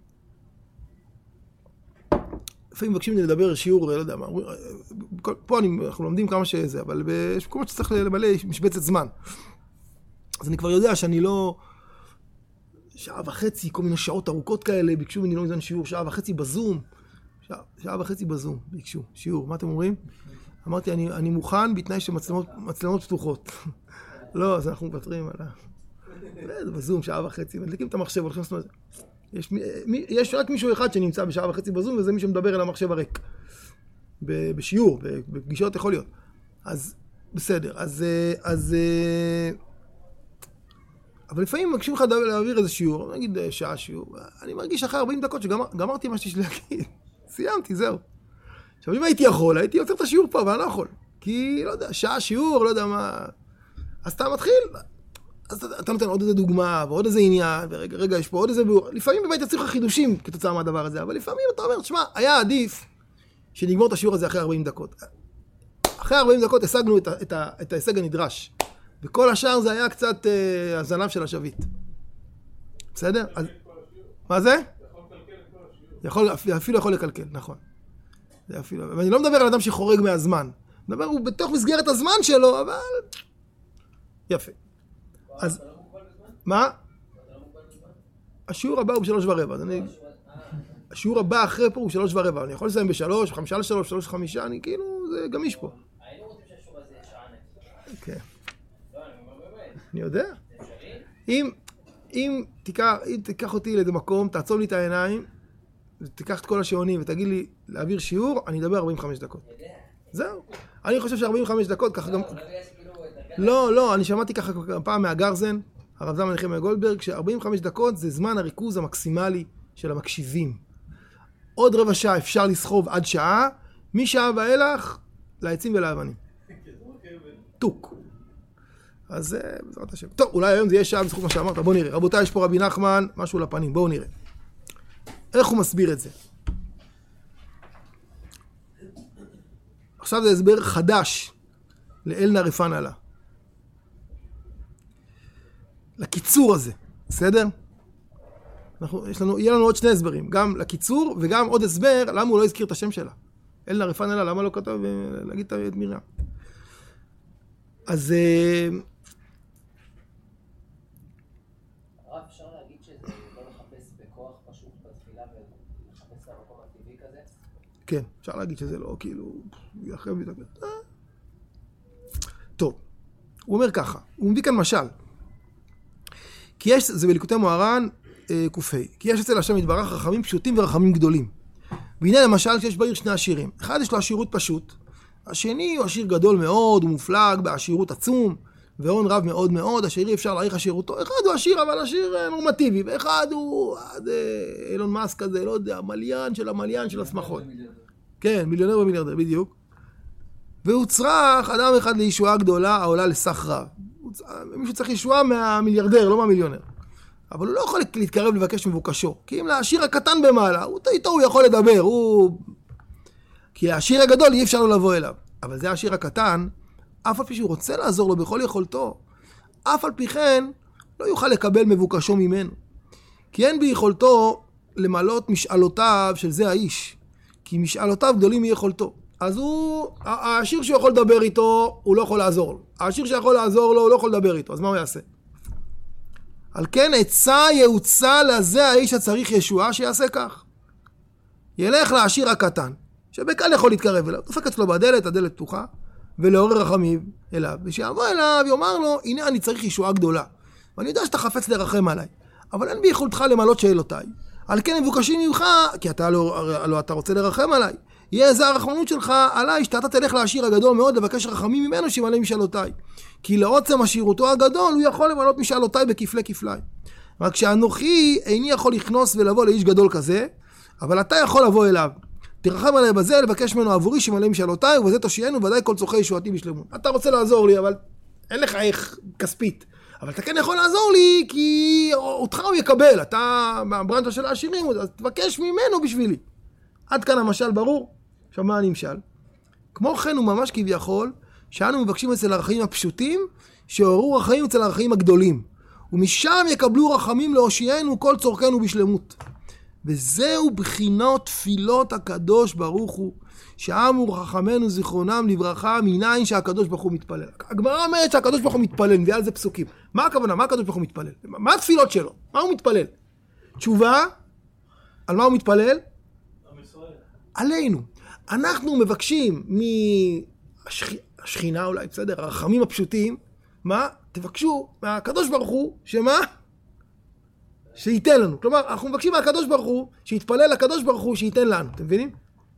לפעמים מבקשים לי לדבר שיעור, לא יודע מה, פה אני, אנחנו לומדים כמה שזה, אבל יש מקומות שצריך למלא משבצת זמן. אז אני כבר יודע שאני לא... שעה וחצי, כל מיני שעות ארוכות כאלה, ביקשו ממני לא מזמן שיעור, שעה וחצי בזום. שעה, שעה וחצי בזום, ביקשו, שיעור. מה אתם אומרים? אמרתי, אני, אני מוכן בתנאי שמצלמות מצלמות פתוחות. לא, אז אנחנו מוותרים על ה... בזום, שעה וחצי, מדליקים את המחשב, הולכים לעשות את זה. יש, מי, יש רק מישהו אחד שנמצא בשעה וחצי בזום, וזה מי שמדבר על המחשב הריק. בשיעור, בפגישות יכול להיות. אז בסדר, אז... אז אבל לפעמים מקשים לך להעביר איזה שיעור, נגיד שעה שיעור, אני מרגיש אחרי ארבעים דקות שגמרתי מה שיש לי להגיד. סיימתי, זהו. עכשיו, אם הייתי יכול, הייתי יוצר את השיעור פה, אבל אני לא יכול. כי, לא יודע, שעה שיעור, לא יודע מה... אז אתה מתחיל, אז אתה, אתה נותן עוד איזה דוגמה, ועוד איזה עניין, ורגע, רגע, יש פה עוד איזה ביור. לפעמים באמת יצאו לך חידושים כתוצאה מהדבר הזה, אבל לפעמים אתה אומר, תשמע, היה עדיף שנגמור את השיעור הזה אחרי ארבעים דקות. אחרי ארבעים דקות השגנו את, את, את ההישג הנדרש. וכל השאר זה היה קצת אה, הזנב של השביט. בסדר? אז, מה זה? יכול, אפילו יכול לקלקל, נכון. זה אפילו, ואני לא מדבר על אדם שחורג מהזמן. מדבר, הוא בתוך מסגרת הזמן שלו, אבל... יפה. אז... מה? השיעור הבא הוא בשלוש ורבע. אני... השיעור הבא אחרי פה הוא שלוש ורבע. אני יכול לסיים בשלוש, חמישה לשלוש, שלוש חמישה, אני כאילו, זה גמיש פה. היינו רוצים שהשיעור הזה שעה נפש. כן. אני יודע. אם, אם תיקח, אם תיקח אותי לאיזה מקום, תעצום לי את העיניים, תיקח את כל השעונים ותגיד לי להעביר שיעור, אני אדבר ארבעים וחמש דקות. זהו. אני חושב ש-ארבעים וחמש דקות ככה גם... לא, לא, אני שמעתי ככה פעם מהגרזן, הרב זלמן נחמיה גולדברג, ש-ארבעים וחמש דקות זה זמן הריכוז המקסימלי של המקשיבים. עוד רבע שעה אפשר לסחוב עד שעה, משעה ואילך, לעצים ולאבנים. טוק. אז זה בעזרת השם. טוב, אולי היום זה יהיה שעה בזכות מה שאמרת, בוא נראה. רבותיי, יש פה רבי נחמן, משהו לפנים, בואו נראה. איך הוא מסביר את זה? עכשיו זה הסבר חדש לאלנה רפנלה. לקיצור הזה, בסדר? אנחנו, יש לנו, יהיה לנו עוד שני הסברים, גם לקיצור וגם עוד הסבר למה הוא לא הזכיר את השם שלה. אלנה רפנלה, למה לא כתוב להגיד את מרים? אז... הרב, אפשר להגיד שזה לא לחפש בכוח פשוט בתפילה ולחפש למקום הטבעי כזה? כן, אפשר להגיד שזה לא, כאילו... טוב, הוא אומר ככה, הוא מביא כאן משל. כי יש, זה בליקוטי מוהר"ן קופי, כי יש אצל השם יתברך רחמים פשוטים ורחמים גדולים. והנה למשל שיש בעיר שני עשירים. אחד יש לו עשירות פשוט, השני הוא עשיר גדול מאוד, הוא מופלג בעשירות עצום, והון רב מאוד מאוד, השאיר אפשר להעריך עשירותו. אחד הוא עשיר, אבל עשיר נורמטיבי, ואחד הוא אילון מאסק כזה, לא יודע, מליין של המליין של השמחות. כן, מיליונר ומיליארדר, בדיוק. והוא צריך אדם אחד לישועה גדולה, העולה לסך רב. מישהו צריך ישועה מהמיליארדר, לא מהמיליונר. אבל הוא לא יכול להתקרב לבקש מבוקשו. כי אם לעשיר הקטן במעלה, איתו הוא יכול לדבר, הוא... כי לעשיר הגדול אי אפשר לו לבוא אליו. אבל זה העשיר הקטן, אף על פי שהוא רוצה לעזור לו בכל יכולתו, אף על פי כן לא יוכל לקבל מבוקשו ממנו. כי אין ביכולתו למלות משאלותיו של זה האיש. כי משאלותיו גדולים מיכולתו. אז הוא, העשיר שיכול לדבר איתו, הוא לא יכול לעזור לו. העשיר שיכול לעזור לו, הוא לא יכול לדבר איתו. אז מה הוא יעשה? על כן עצה יעוצה לזה האיש הצריך ישועה שיעשה כך. ילך לעשיר הקטן, שבקל יכול להתקרב אליו. דופק אצלו בדלת, הדלת פתוחה, ולעורר רחמים אליו. ושיבוא אליו, יאמר לו, הנה אני צריך ישועה גדולה. ואני יודע שאתה חפץ לרחם עליי. אבל אין ביכולתך למלות שאלותיי. על כן מבוקשים ממך, כי אתה לא, לא אתה רוצה לרחם עליי. יהיה איזה הרחמנות שלך עליי, שאתה תלך לעשיר הגדול מאוד לבקש רחמים ממנו שימלא משאלותיי. כי לעוצם עשירותו הגדול הוא יכול למלות משאלותיי בכפלי כפלי. רק שאנוכי איני יכול לכנוס ולבוא לאיש גדול כזה, אבל אתה יכול לבוא אליו. תרחם עליי בזה, לבקש ממנו עבורי שימלא משאלותיי, ובזה תושיינו ודאי כל צורכי ישועתי בשלמות. אתה רוצה לעזור לי, אבל אין לך איך כספית. אבל אתה כן יכול לעזור לי, כי אותך הוא יקבל. אתה מהברנצ'ה של העשירים, אז תבקש ממנו בשבילי. עד כאן המשל ברור. עכשיו מה הנמשל? כמו כן הוא ממש כביכול, שאנו מבקשים אצל הרחמים הפשוטים, שעוררו רחמים אצל הרחמים הגדולים. ומשם יקבלו רחמים להושיענו כל צורכנו בשלמות. וזהו בחינות תפילות הקדוש ברוך הוא, שעמו רחמנו זיכרונם לברכה, מניין שהקדוש ברוך הוא מתפלל. הגמרא אומרת שהקדוש ברוך הוא מתפלל, מביא על זה פסוקים. מה הכוונה? מה הקדוש ברוך הוא מתפלל? מה התפילות שלו? מה הוא מתפלל? תשובה, על מה הוא מתפלל? עלינו. אנחנו מבקשים מהשכינה אולי, בסדר, הרחמים הפשוטים, מה? תבקשו מהקדוש ברוך הוא, שמה? שייתן לנו. כלומר, אנחנו מבקשים מהקדוש ברוך הוא, שיתפלל לקדוש ברוך הוא, שייתן לנו. אתם מבינים?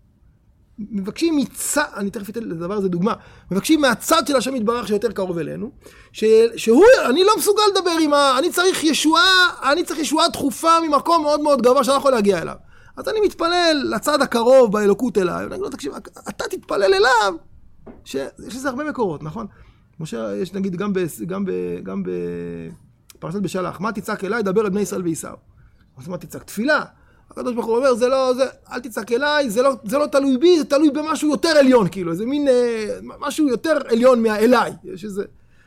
מבקשים מצד, אני תכף אתן לדבר הזה דוגמה, מבקשים מהצד של השם יתברך שיותר קרוב אלינו, ש, שהוא, אני לא מסוגל לדבר עם ה... אני צריך ישועה, אני צריך ישועה דחופה ממקום מאוד מאוד גבוה שאני יכול להגיע אליו. אז אני מתפלל לצד הקרוב באלוקות אליי, ואני אגיד לו, תקשיב, אתה תתפלל אליו, שיש לזה הרבה מקורות, נכון? משה, יש נגיד גם ב... גם ב... גם ב... פרשת בשלח, מה תצעק אליי, דבר אל בני ישראל וייסעו. אז מה תצעק? תפילה. הקדוש ברוך הוא אומר, זה לא, זה, אל תצעק אליי, זה לא, זה לא תלוי בי, זה תלוי במשהו יותר עליון, כאילו, זה מין, אה, משהו יותר עליון מהאליי. יש איזה...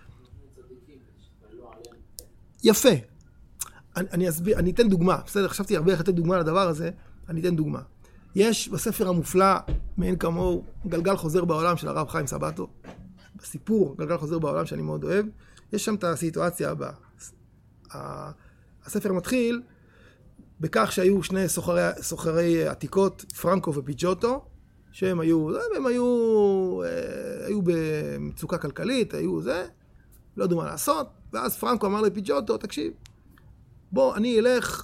יפה. אני, אני אסביר, אני אתן דוגמה, בסדר, חשבתי הרבה איך לתת דוגמה לדבר הזה, אני אתן דוגמה. יש בספר המופלא, מעין כמוהו, גלגל חוזר בעולם של הרב חיים סבתו, בסיפור גלגל חוזר בעולם שאני מאוד אוהב, יש שם את הסיטואציה הבאה. הספר מתחיל בכך שהיו שני סוחרי, סוחרי עתיקות, פרנקו ופיג'וטו, שהם היו, הם היו, היו במצוקה כלכלית, היו זה, לא ידעו מה לעשות, ואז פרנקו אמר לפיג'וטו, תקשיב, בוא, אני אלך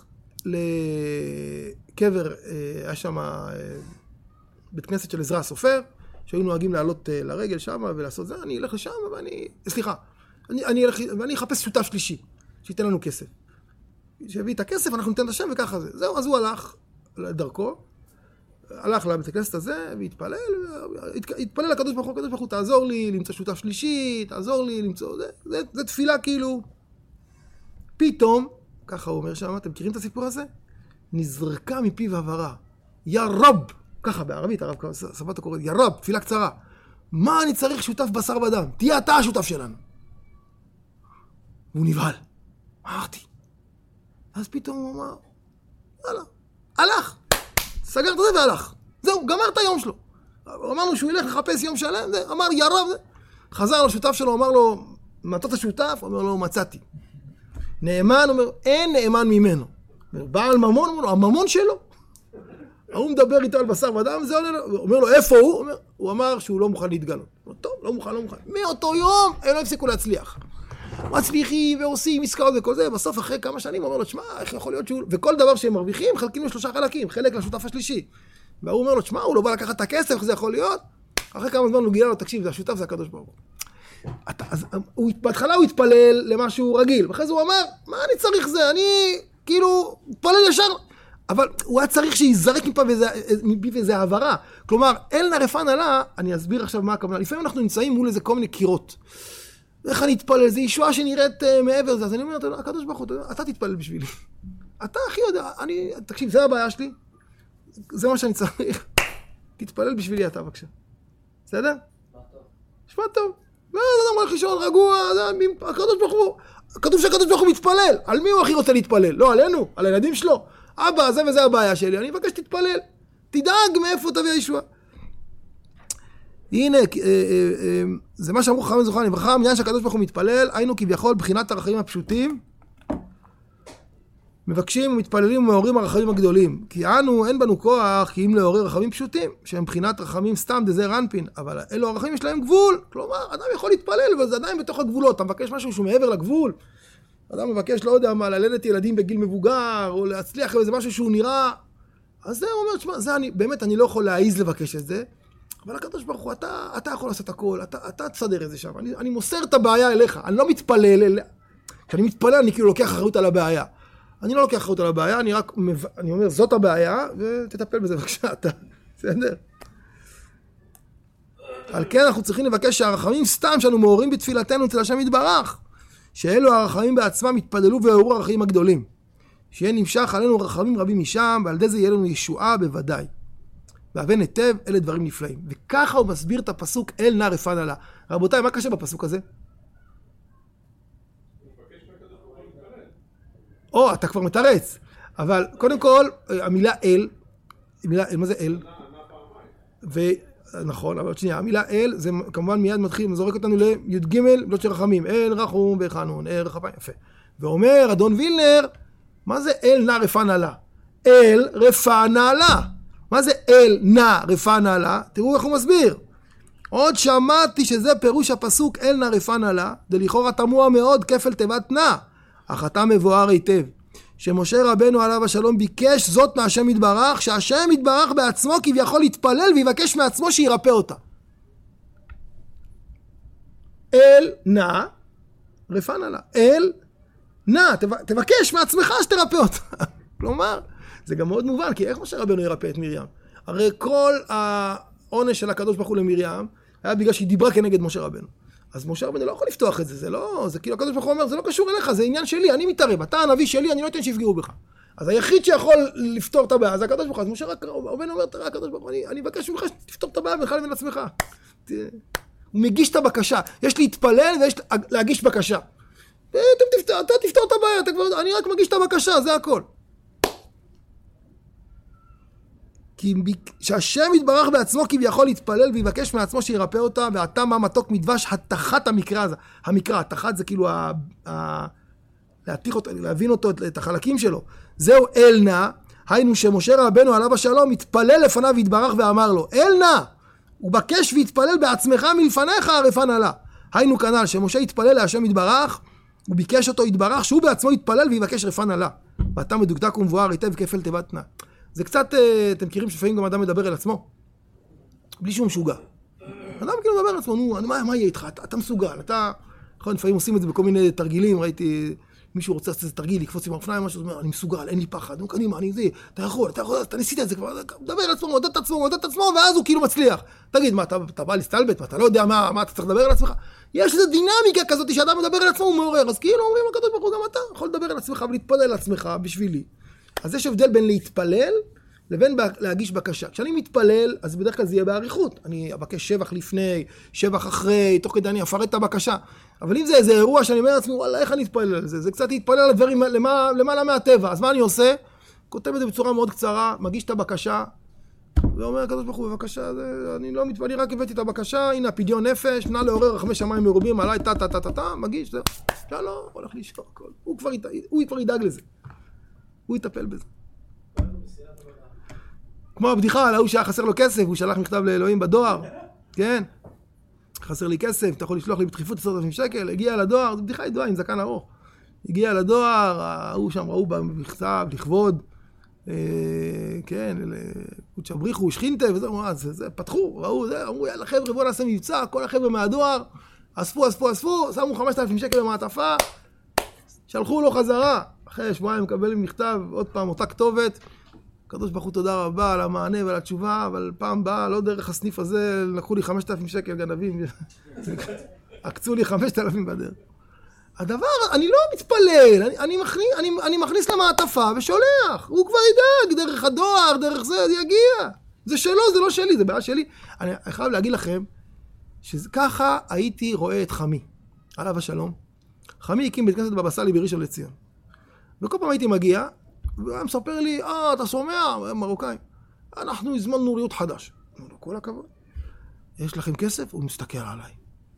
לקבר, היה שם בית כנסת של עזרא הסופר, שהיו נוהגים לעלות לרגל שם ולעשות זה, אני אלך לשם ואני, סליחה, אני, אני אלך, ואני אחפש שותף שלישי, שייתן לנו כסף. שיביא את הכסף, אנחנו ניתן את השם וככה זה. זהו, אז הוא הלך לדרכו, הלך לבית הכנסת הזה והתפלל, התפלל לקדוש ברוך הוא, הקדוש ברוך הוא, תעזור לי למצוא שותף שלישי, תעזור לי למצוא, זה, זה, זה תפילה כאילו. פתאום, ככה הוא אומר שם, אתם מכירים את הסיפור הזה? נזרקה מפיו הברה, יא רב, ככה בערבית, הרב סבתו קורא, יא רב, תפילה קצרה. מה אני צריך שותף בשר ודם? תהיה אתה השותף שלנו. והוא נבהל. אמרתי. אז פתאום הוא אמר, יאללה, הלך. סגר את זה והלך. זהו, גמר את היום שלו. אמרנו שהוא ילך לחפש יום שלם, זה, אמר יא רב. חזר לשותף שלו, אמר לו, מצאת שותף? אומר לו, מצאתי. נאמן, אומר, אין נאמן ממנו. בעל ממון, אומר לו, הממון שלו. הוא מדבר איתו על בשר ודם, זה עולה לו, אומר לו, איפה הוא? אומר, הוא אמר שהוא לא מוכן להתגלות. טוב, לא מוכן, לא מוכן. מאותו יום, הם לא הפסיקו להצליח. מצליחים ועושים עסקאות וכל זה, בסוף אחרי כמה שנים הוא אומר לו, תשמע, איך יכול להיות שהוא... וכל דבר שהם מרוויחים, חלקים לשלושה חלקים, חלק לשותף השלישי. והוא אומר לו, תשמע, הוא לא בא לקחת את הכסף, איך זה יכול להיות? אחרי כמה זמן הוא גילה לו, תקשיב, זה השותף, זה הקדוש ברוך הוא. אז הוא, בהתחלה הוא התפלל למשהו רגיל, ואחרי זה הוא אמר, מה אני צריך זה? אני כאילו, התפלל ישר. אבל הוא היה צריך שיזרק מפי איזה העברה. כלומר, אל נרפן עלה, אני אסביר עכשיו מה הכוונה. לפעמים אנחנו נמצאים מול איזה כל מיני קירות. איך אני אתפלל? זה ישועה שנראית uh, מעבר לזה. אז אני אומר, הקדוש ברוך הוא, אתה תתפלל בשבילי. אתה הכי יודע, אני, תקשיב, זה הבעיה שלי. זה מה שאני צריך. תתפלל בשבילי אתה, בבקשה. בסדר? נשמע טוב. לא, זה אומר חישון רגוע, הקדוש ברוך הוא, כתוב שהקדוש ברוך הוא מתפלל. על מי הוא הכי רוצה להתפלל? לא, עלינו, על הילדים שלו. אבא, זה וזה הבעיה שלי, אני מבקש תתפלל. תדאג מאיפה תביא הישועה. הנה, זה מה שאמרו חכמים זכרם לברכה, העניין שהקדוש ברוך הוא מתפלל, היינו כביכול בחינת הרחמים הפשוטים, מבקשים ומתפללים ומעוררים הרחמים הגדולים. כי אנו, אין בנו כוח, כי אם לעורר רחמים פשוטים, שהם בחינת רחמים סתם דזה רנפין, אבל אלו הרחמים יש להם גבול. כלומר, אדם יכול להתפלל, אבל זה עדיין בתוך הגבולות. אתה מבקש משהו שהוא מעבר לגבול. אדם מבקש, לא יודע מה, ללדת ילדים בגיל מבוגר, או להצליח איזה משהו שהוא נראה. אז זה אומר, תשמע, זה אני, באמת אני לא יכול להעיז לבקש את זה. אבל הקדוש ברוך הוא, אתה, אתה יכול לעשות הכל, אתה, אתה תסדר את זה שם. אני, אני מוסר את הבעיה אליך. אני לא מתפלל אליה. כשאני מתפלל, אני כאילו לוקח אחריות על הבעיה. אני לא לוקח אחריות על הבעיה, אני רק, אני אומר, זאת הבעיה, ותטפל בזה בבקשה, אתה. בסדר? על כן אנחנו צריכים לבקש שהרחמים סתם שאנו מעוררים בתפילתנו אצל השם יתברך. שאלו הרחמים בעצמם יתפללו והעורו הרחמים הגדולים. שיהיה נמשך עלינו רחמים רבים משם, ועל ידי זה יהיה לנו ישועה בוודאי. והבן היטב, אלה דברים נפלאים. וככה הוא מסביר את הפסוק אל נא רפן עלה. רבותיי, מה קשה בפסוק הזה? או, אתה כבר מתרץ. אבל קודם כל, המילה אל, המילה, מה זה אל? ונכון, אבל שנייה, המילה אל, זה כמובן מיד מתחיל, זורק אותנו לי"ג, לא של רחמים. אל רחום וחנון, אל רחמים, יפה. ואומר, אדון וילנר, מה זה אל נא רפן עלה? אל רפן עלה. מה זה אל נא רפן עלה? תראו איך הוא מסביר. עוד שמעתי שזה פירוש הפסוק אל נא רפן עלה, דלכאורה תמוה מאוד כפל תיבת נא, אך אתה מבואר היטב. שמשה רבנו עליו השלום ביקש זאת מהשם יתברך, שהשם יתברך בעצמו כביכול יתפלל ויבקש מעצמו שירפא אותה. אל נא רפן עלה. אל נא, תבקש מעצמך שתרפא אותה. כלומר, זה גם מאוד מובן, כי איך משה רבנו ירפא את מרים? הרי כל העונש של הקדוש ברוך הוא למרים היה בגלל שהיא דיברה כנגד משה רבנו. אז משה רבנו לא יכול לפתוח את זה, זה לא, זה כאילו הקדוש ברוך הוא אומר, זה לא קשור אליך, זה עניין שלי, אני מתערב, אתה הנביא שלי, אני לא אתן שיפגעו בך. אז היחיד שיכול לפתור את הבעיה, זה הקדוש ברוך הוא. אז משה רבנו אומר, תראה הקדוש ברוך הוא, אני, אני מבקש ממך שתפתור את הבעיה בינך לבין עצמך. הוא מגיש את הבקשה, יש להתפלל ויש להגיש בקשה. אתה תפתור, אתה תפתור את הבעיה, אתה כבר, אני רק מגיש את הבקשה, זה הכל. כי שהשם יתברך בעצמו כביכול יתפלל ויבקש מעצמו שירפא אותה, ואתה מה מתוק מדבש התחת המקרא הזה. המקרא, התחת זה כאילו ה... ה... להתיך אותו, להבין אותו, את החלקים שלו. זהו אל נא, היינו שמשה רבנו עליו השלום התפלל לפניו והתברך ואמר לו, אל נא, הוא בקש והתפלל בעצמך מלפניך הרפן עלה. היינו כנ"ל, שמשה התפלל להשם יתברך, הוא ביקש אותו יתברך, שהוא בעצמו יתפלל ויבקש רפן עלה. ואתה מדוקדק ומבואר היטב כפל תיבת נא. זה קצת, אתם מכירים שפעמים גם אדם מדבר אל עצמו, בלי שום משוגע. אדם כאילו מדבר אל עצמו, נו, מה, מה יהיה איתך? אתה, אתה מסוגל, אתה... נכון, לפעמים עושים את זה בכל מיני תרגילים, ראיתי... מישהו רוצה לעשות איזה תרגיל, לקפוץ עם האופניים, משהו, אומר, אני מסוגל, אין לי פחד, נו, קדימה, אני זה, אתה יכול, אתה יכול, אתה ניסית את זה כבר, מדבר על עצמו, מודד את עצמו, מודד את עצמו, ואז הוא כאילו מצליח. תגיד, מה, אתה, אתה בא להסתלבט, מה, אתה לא יודע מה, מה אתה צריך לדבר על עצמך? יש איזו דינמיקה כזאת שאדם מדבר על עצמו, הוא מעורר, אז כאילו אומרים, הקדוש ברוך הוא, גם אתה יכול לדבר על עצמך ולהתפלל על עצמך בשבילי. אז יש הבדל בין להתפלל לבין להגיש בקשה. כשאני מתפלל, אז בדרך כלל זה יהיה בעריכות. אני אבקש שבח לפני, שבח אחרי, תוך כדי אני אפרט את הבקשה. אבל אם זה איזה אירוע שאני אומר לעצמי, וואלה, איך אני אתפלל על זה? זה קצת להתפלל על הדברים למעלה, למעלה מהטבע. אז מה אני עושה? כותב את זה בצורה מאוד קצרה, מגיש את הבקשה, ואומר, הקדוש ברוך הוא, בבקשה, זה, אני לא מתפלל, אני רק הבאתי את הבקשה, הנה הפדיון נפש, נא לעורר רחמי שמיים מרובים, עליי, טה, טה, טה, טה, טה, מגיש, זה, לא, לא, הולך לשכוח הכל. הוא כבר, הוא כבר ידאג לזה. הוא יטפל בזה. כמו הבדיחה על ההוא שהיה חסר לו כסף, הוא שלח מכתב לאלוהים בדואר, כן? חסר לי כסף, אתה יכול לשלוח לי בדחיפות עשרת אלפים שקל, הגיע לדואר, זו בדיחה ידועה עם זקן ארוך. הגיע לדואר, ההוא שם ראו במכתב, לכבוד, אה, כן, קודש הבריחו, שכינתה, וזה, זה, זה, פתחו, ראו, זה, אמרו, יאללה חבר'ה, בואו נעשה מבצע, כל החבר'ה מהדואר, אספו, אספו, אספו, שמו חמשת אלפים שקל במעטפה, שלחו לו חזרה, אחרי שבועיים מקבל מכתב, עוד פעם, אותה כתובת, הקדוש ברוך הוא תודה רבה על המענה ועל התשובה, אבל פעם באה, לא דרך הסניף הזה, לקחו לי חמשת אלפים שקל גנבים, עקצו לי חמשת אלפים בדרך. הדבר, אני לא מתפלל, אני, אני, מכניס, אני, אני מכניס למעטפה ושולח, הוא כבר ידאג, דרך הדואר, דרך זה, זה יגיע. זה שלו, זה לא שלי, זה בעיה שלי. אני חייב להגיד לכם, שככה הייתי רואה את חמי, עליו השלום. חמי הקים בית כנסת בבא סאלי בראשון לציון. וכל פעם הייתי מגיע, והוא היה מספר לי, אה, אתה שומע? מרוקאי. אנחנו הזמנו ריהוט חדש. אמרו לו, כל הכבוד. יש לכם כסף? הוא מסתכל עליי.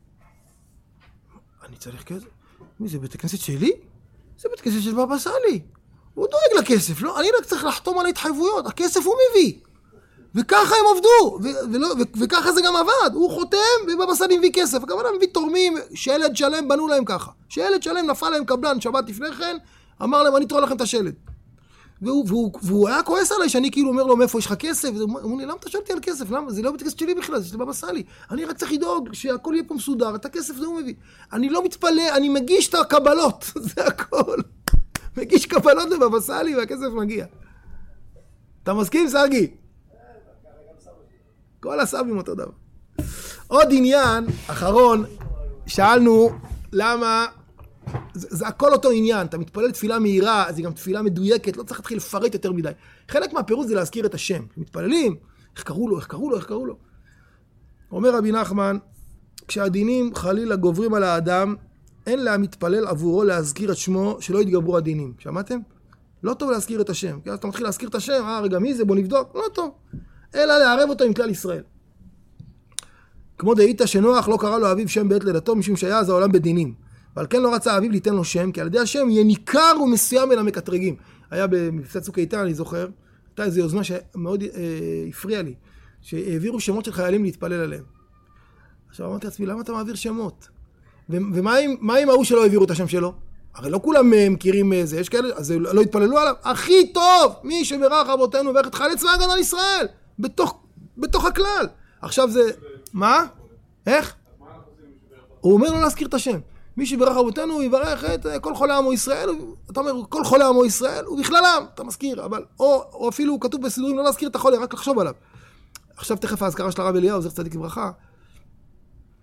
אני צריך כסף? מי זה, בית הכנסת שלי? זה בית הכנסת של בבא סאלי. הוא דואג לכסף, לא? אני רק צריך לחתום על ההתחייבויות. הכסף הוא מביא. וככה הם עבדו. ו- ולא, ו- וככה זה גם עבד. הוא חותם, ובבא סאלי מביא כסף. הכוונה מביא תורמים, שילד שלם בנו להם ככה. שילד שלם נפל להם קבלן שבת לפני כן, אמר להם, אני אתרוא לכם את השלד. והוא, והוא, והוא היה כועס עליי שאני כאילו אומר לו, מאיפה יש לך כסף? הוא אומר לי, למה אתה שואל אותי על כסף? למה? זה לא בית כנסת שלי בכלל, זה של בבא סאלי. אני רק צריך לדאוג שהכל יהיה פה מסודר, את הכסף זה הוא מביא. אני לא מתפלא, אני מגיש את הקבלות, זה הכל. מגיש קבלות לבבא סאלי והכסף מגיע. אתה מסכים, סרגי? כל הסבים אותו דבר. עוד עניין, אחרון, שאלנו למה... זה, זה הכל אותו עניין, אתה מתפלל תפילה מהירה, אז היא גם תפילה מדויקת, לא צריך להתחיל לפרט יותר מדי. חלק מהפירוט זה להזכיר את השם. מתפללים, איך קראו לו, איך קראו לו, איך קראו לו. אומר רבי נחמן, כשהדינים חלילה גוברים על האדם, אין לה מתפלל עבורו להזכיר את שמו, שלא יתגברו הדינים. שמעתם? לא טוב להזכיר את השם. כי אז אתה מתחיל להזכיר את השם, אה רגע מי זה, בוא נבדוק, לא טוב. אלא לערב אותו עם כלל ישראל. כמו דאיתא שנוח לא קרא לו אביו שם בעת לידתו, משום שהיה אז העולם בדינים. ועל כן לא רצה אביו ליתן לו שם, כי על ידי השם יהיה ניכר ומסוים אל המקטרגים. היה במבצע צוק איתן, אני זוכר, הייתה איזו יוזמה שמאוד אה, הפריעה לי, שהעבירו שמות של חיילים להתפלל עליהם. עכשיו אמרתי לעצמי, למה אתה מעביר שמות? ו- ומה עם, מה עם ההוא שלא העבירו את השם שלו? הרי לא כולם מכירים זה, יש כאלה, אז לא התפללו עליו. הכי טוב, מי שברך אבותינו ואיך את חיילי צבא ההגנה לישראל, בתוך, בתוך הכלל. עכשיו זה, מה? איך? הוא אומר לו להזכיר את השם. מי שברך אבותינו הוא יברך את כל חולי עמו ישראל, אתה אומר כל חולי עמו ישראל, ובכללם, אתה מזכיר, אבל, או, או אפילו כתוב בסידורים לא להזכיר את החולי, רק לחשוב עליו. עכשיו תכף ההזכרה של הרב אליהו, זכר צדיק לברכה,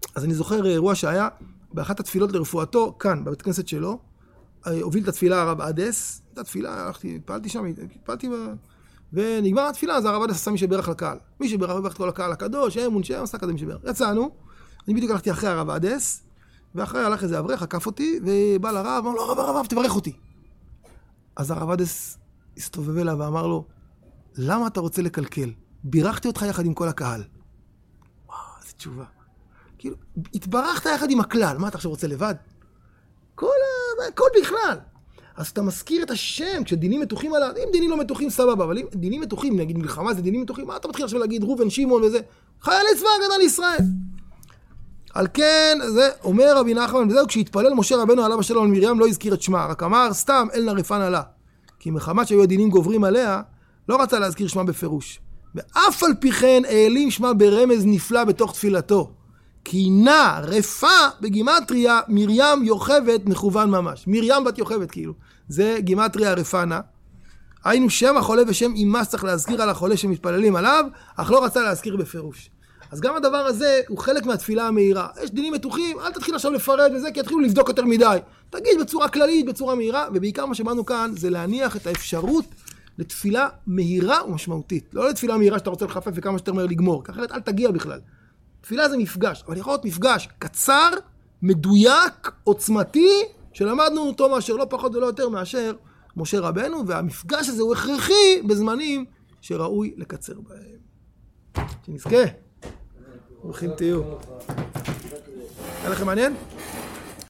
אז אני זוכר אירוע שהיה באחת התפילות לרפואתו, כאן, בבית כנסת שלו, הוביל את התפילה הרב עדס, את התפילה, הלכתי, פעלתי שם, פעלתי ב... ונגמר התפילה, אז הרב עדס עשה מי שברך לקהל. מי שברך את כל הקהל הקדוש, אמון שם, עשה כזה מי שברך. יצאנו, אני בדיוק הלכתי אחרי הרב עדס, ואחרי הלך איזה אברך, עקף אותי, ובא לרב, אמר לו, הרב, הרב, הרב, תברך אותי. אז הרב עדס הסתובב אליו ואמר לו, למה אתה רוצה לקלקל? בירכתי אותך יחד עם כל הקהל. וואו, איזו תשובה. כאילו, התברכת יחד עם הכלל, מה אתה עכשיו רוצה לבד? כל ה... כל בכלל. אז אתה מזכיר את השם, כשדינים מתוחים עליו, אם דינים לא מתוחים סבבה, אבל אם דינים מתוחים, נגיד מלחמה זה דינים מתוחים, מה אתה מתחיל עכשיו להגיד רובן, שמעון וזה? חיילי צבא הגנה לישראל. על כן, זה אומר רבי נחמן, וזהו, כשהתפלל משה רבנו עליו השלום על מרים, לא הזכיר את שמה, רק אמר סתם אל נרפן עלה. כי מחמת שהיו הדינים גוברים עליה, לא רצה להזכיר שמה בפירוש. ואף על פי כן העלים שמה ברמז נפלא בתוך תפילתו. כי נע רפה בגימטריה מרים יוכבת מכוון ממש. מרים בת יוכבת כאילו. זה גימטריה רפנה. היינו שם החולה ושם אימס צריך להזכיר על החולה שמתפללים עליו, אך לא רצה להזכיר בפירוש. אז גם הדבר הזה הוא חלק מהתפילה המהירה. יש דינים מתוחים, אל תתחיל עכשיו לפרט וזה, כי יתחילו לבדוק יותר מדי. תגיד בצורה כללית, בצורה מהירה, ובעיקר מה שבאנו כאן זה להניח את האפשרות לתפילה מהירה ומשמעותית. לא לתפילה מהירה שאתה רוצה לחפף וכמה שיותר מהר לגמור, כי אחרת אל תגיע בכלל. תפילה זה מפגש, אבל יכול להיות מפגש קצר, מדויק, עוצמתי, שלמדנו אותו מאשר לא פחות ולא יותר מאשר משה רבנו, והמפגש הזה הוא הכרחי בזמנים שראוי לקצר בהם. שנזכה. ברוכים תהיו. היה לכם מעניין?